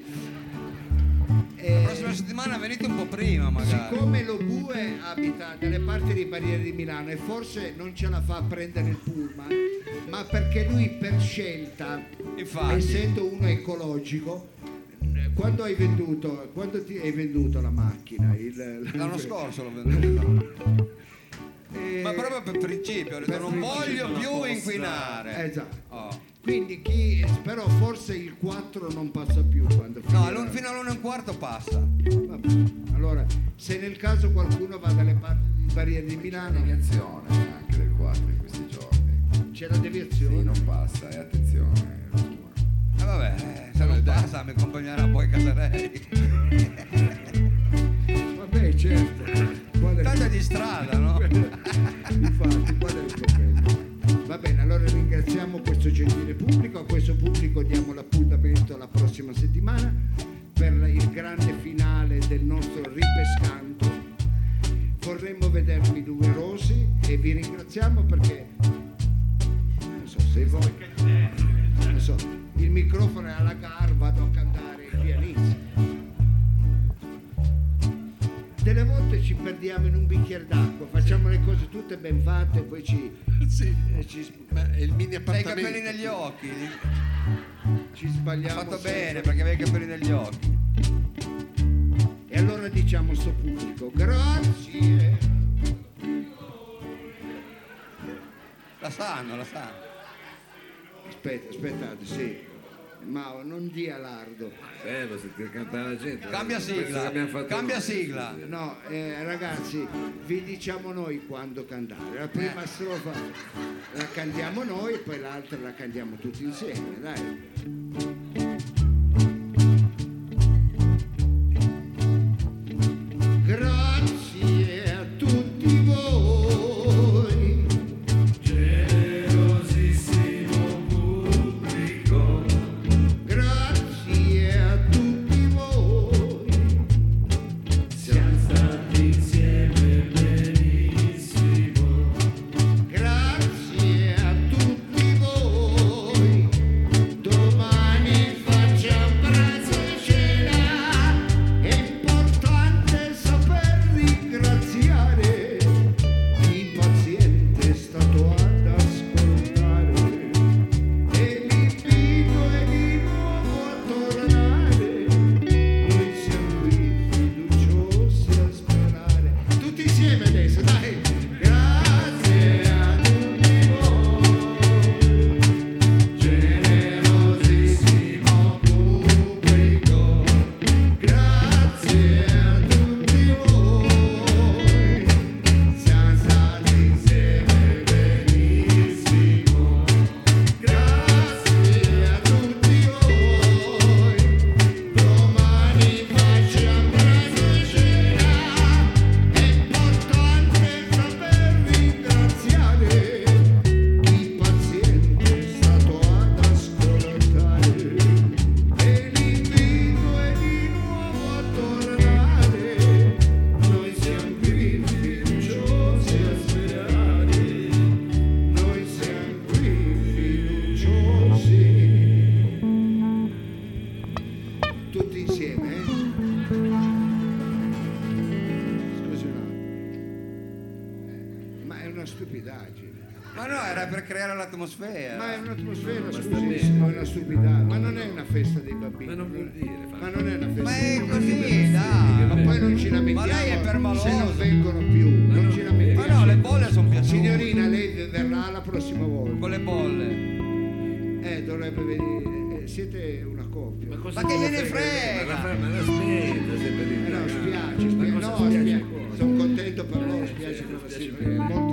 La prossima settimana venite un po' prima magari. siccome lo Bue abita dalle parti di Barriere di Milano e forse non ce la fa a prendere il pullman, ma perché lui per scelta, Infatti. essendo uno ecologico, quando ti hai venduto la macchina? L'anno scorso l'ho venduta. Ma proprio per principio, ho detto per non principio, voglio più inquinare. Esatto. Oh. Quindi però forse il 4 non passa più quando No, finirà. fino all'1:15 passa. Vabbè. Allora, se nel caso qualcuno va dalle parti di Barriere di Milano, Deviazione anche del 4 in questi giorni. c'è la deviazione. Sì, non passa, e attenzione. E vabbè, se non passa mi accompagnerà poi Casarelli. Vabbè, certo. Qual è- Tanto è di strada, no? Infatti, qual è il problema? Va bene, allora ringraziamo questo gentile pubblico, a questo pubblico diamo l'appuntamento la prossima settimana per il grande finale del nostro ripescanto. Vorremmo vedervi numerosi e vi ringraziamo perché non so se voi non so, il microfono è alla gar, vado a cantare il pianista. Delle volte ci perdiamo in un bicchiere d'acqua, facciamo le cose tutte ben fatte e poi Sì, ci ma è il mini Hai i appartamento. capelli negli occhi. ci Hai sbagliamo fatto sempre. bene perché avevi i capelli negli occhi. E allora diciamo a sto pubblico grazie. La sanno. Aspettate, sì. Ma non dia lardo. Bello sentire cantare la gente. Cambia Questo sigla. che abbiamo fatto Cambia noi, sigla. scusi. No, ragazzi, vi diciamo noi quando cantare. La prima strofa la cantiamo noi, poi l'altra la cantiamo tutti insieme, dai. un'atmosfera. Ma è un'atmosfera, Ma sta scusi, bene. è una stupidità. Ma non è una festa dei bambini. Ma non vuol dire, Ma non è una festa Ma dei è bambini. così, dai. Ma poi non ci lamentiamo Ma lei è permalosa. se non vengono più. Non ci Ma lamentiamo. no, le bolle sono piaciute. Signorina, lei verrà la prossima volta. Con le bolle. Dovrebbe venire. Siete una coppia. cosa Ma che ce gliene ne frega? Ma la smetta sempre di No, spiace, Ma cosa no, spiace spiace. cosa? Sono contento per loro, spiace per la Silvia.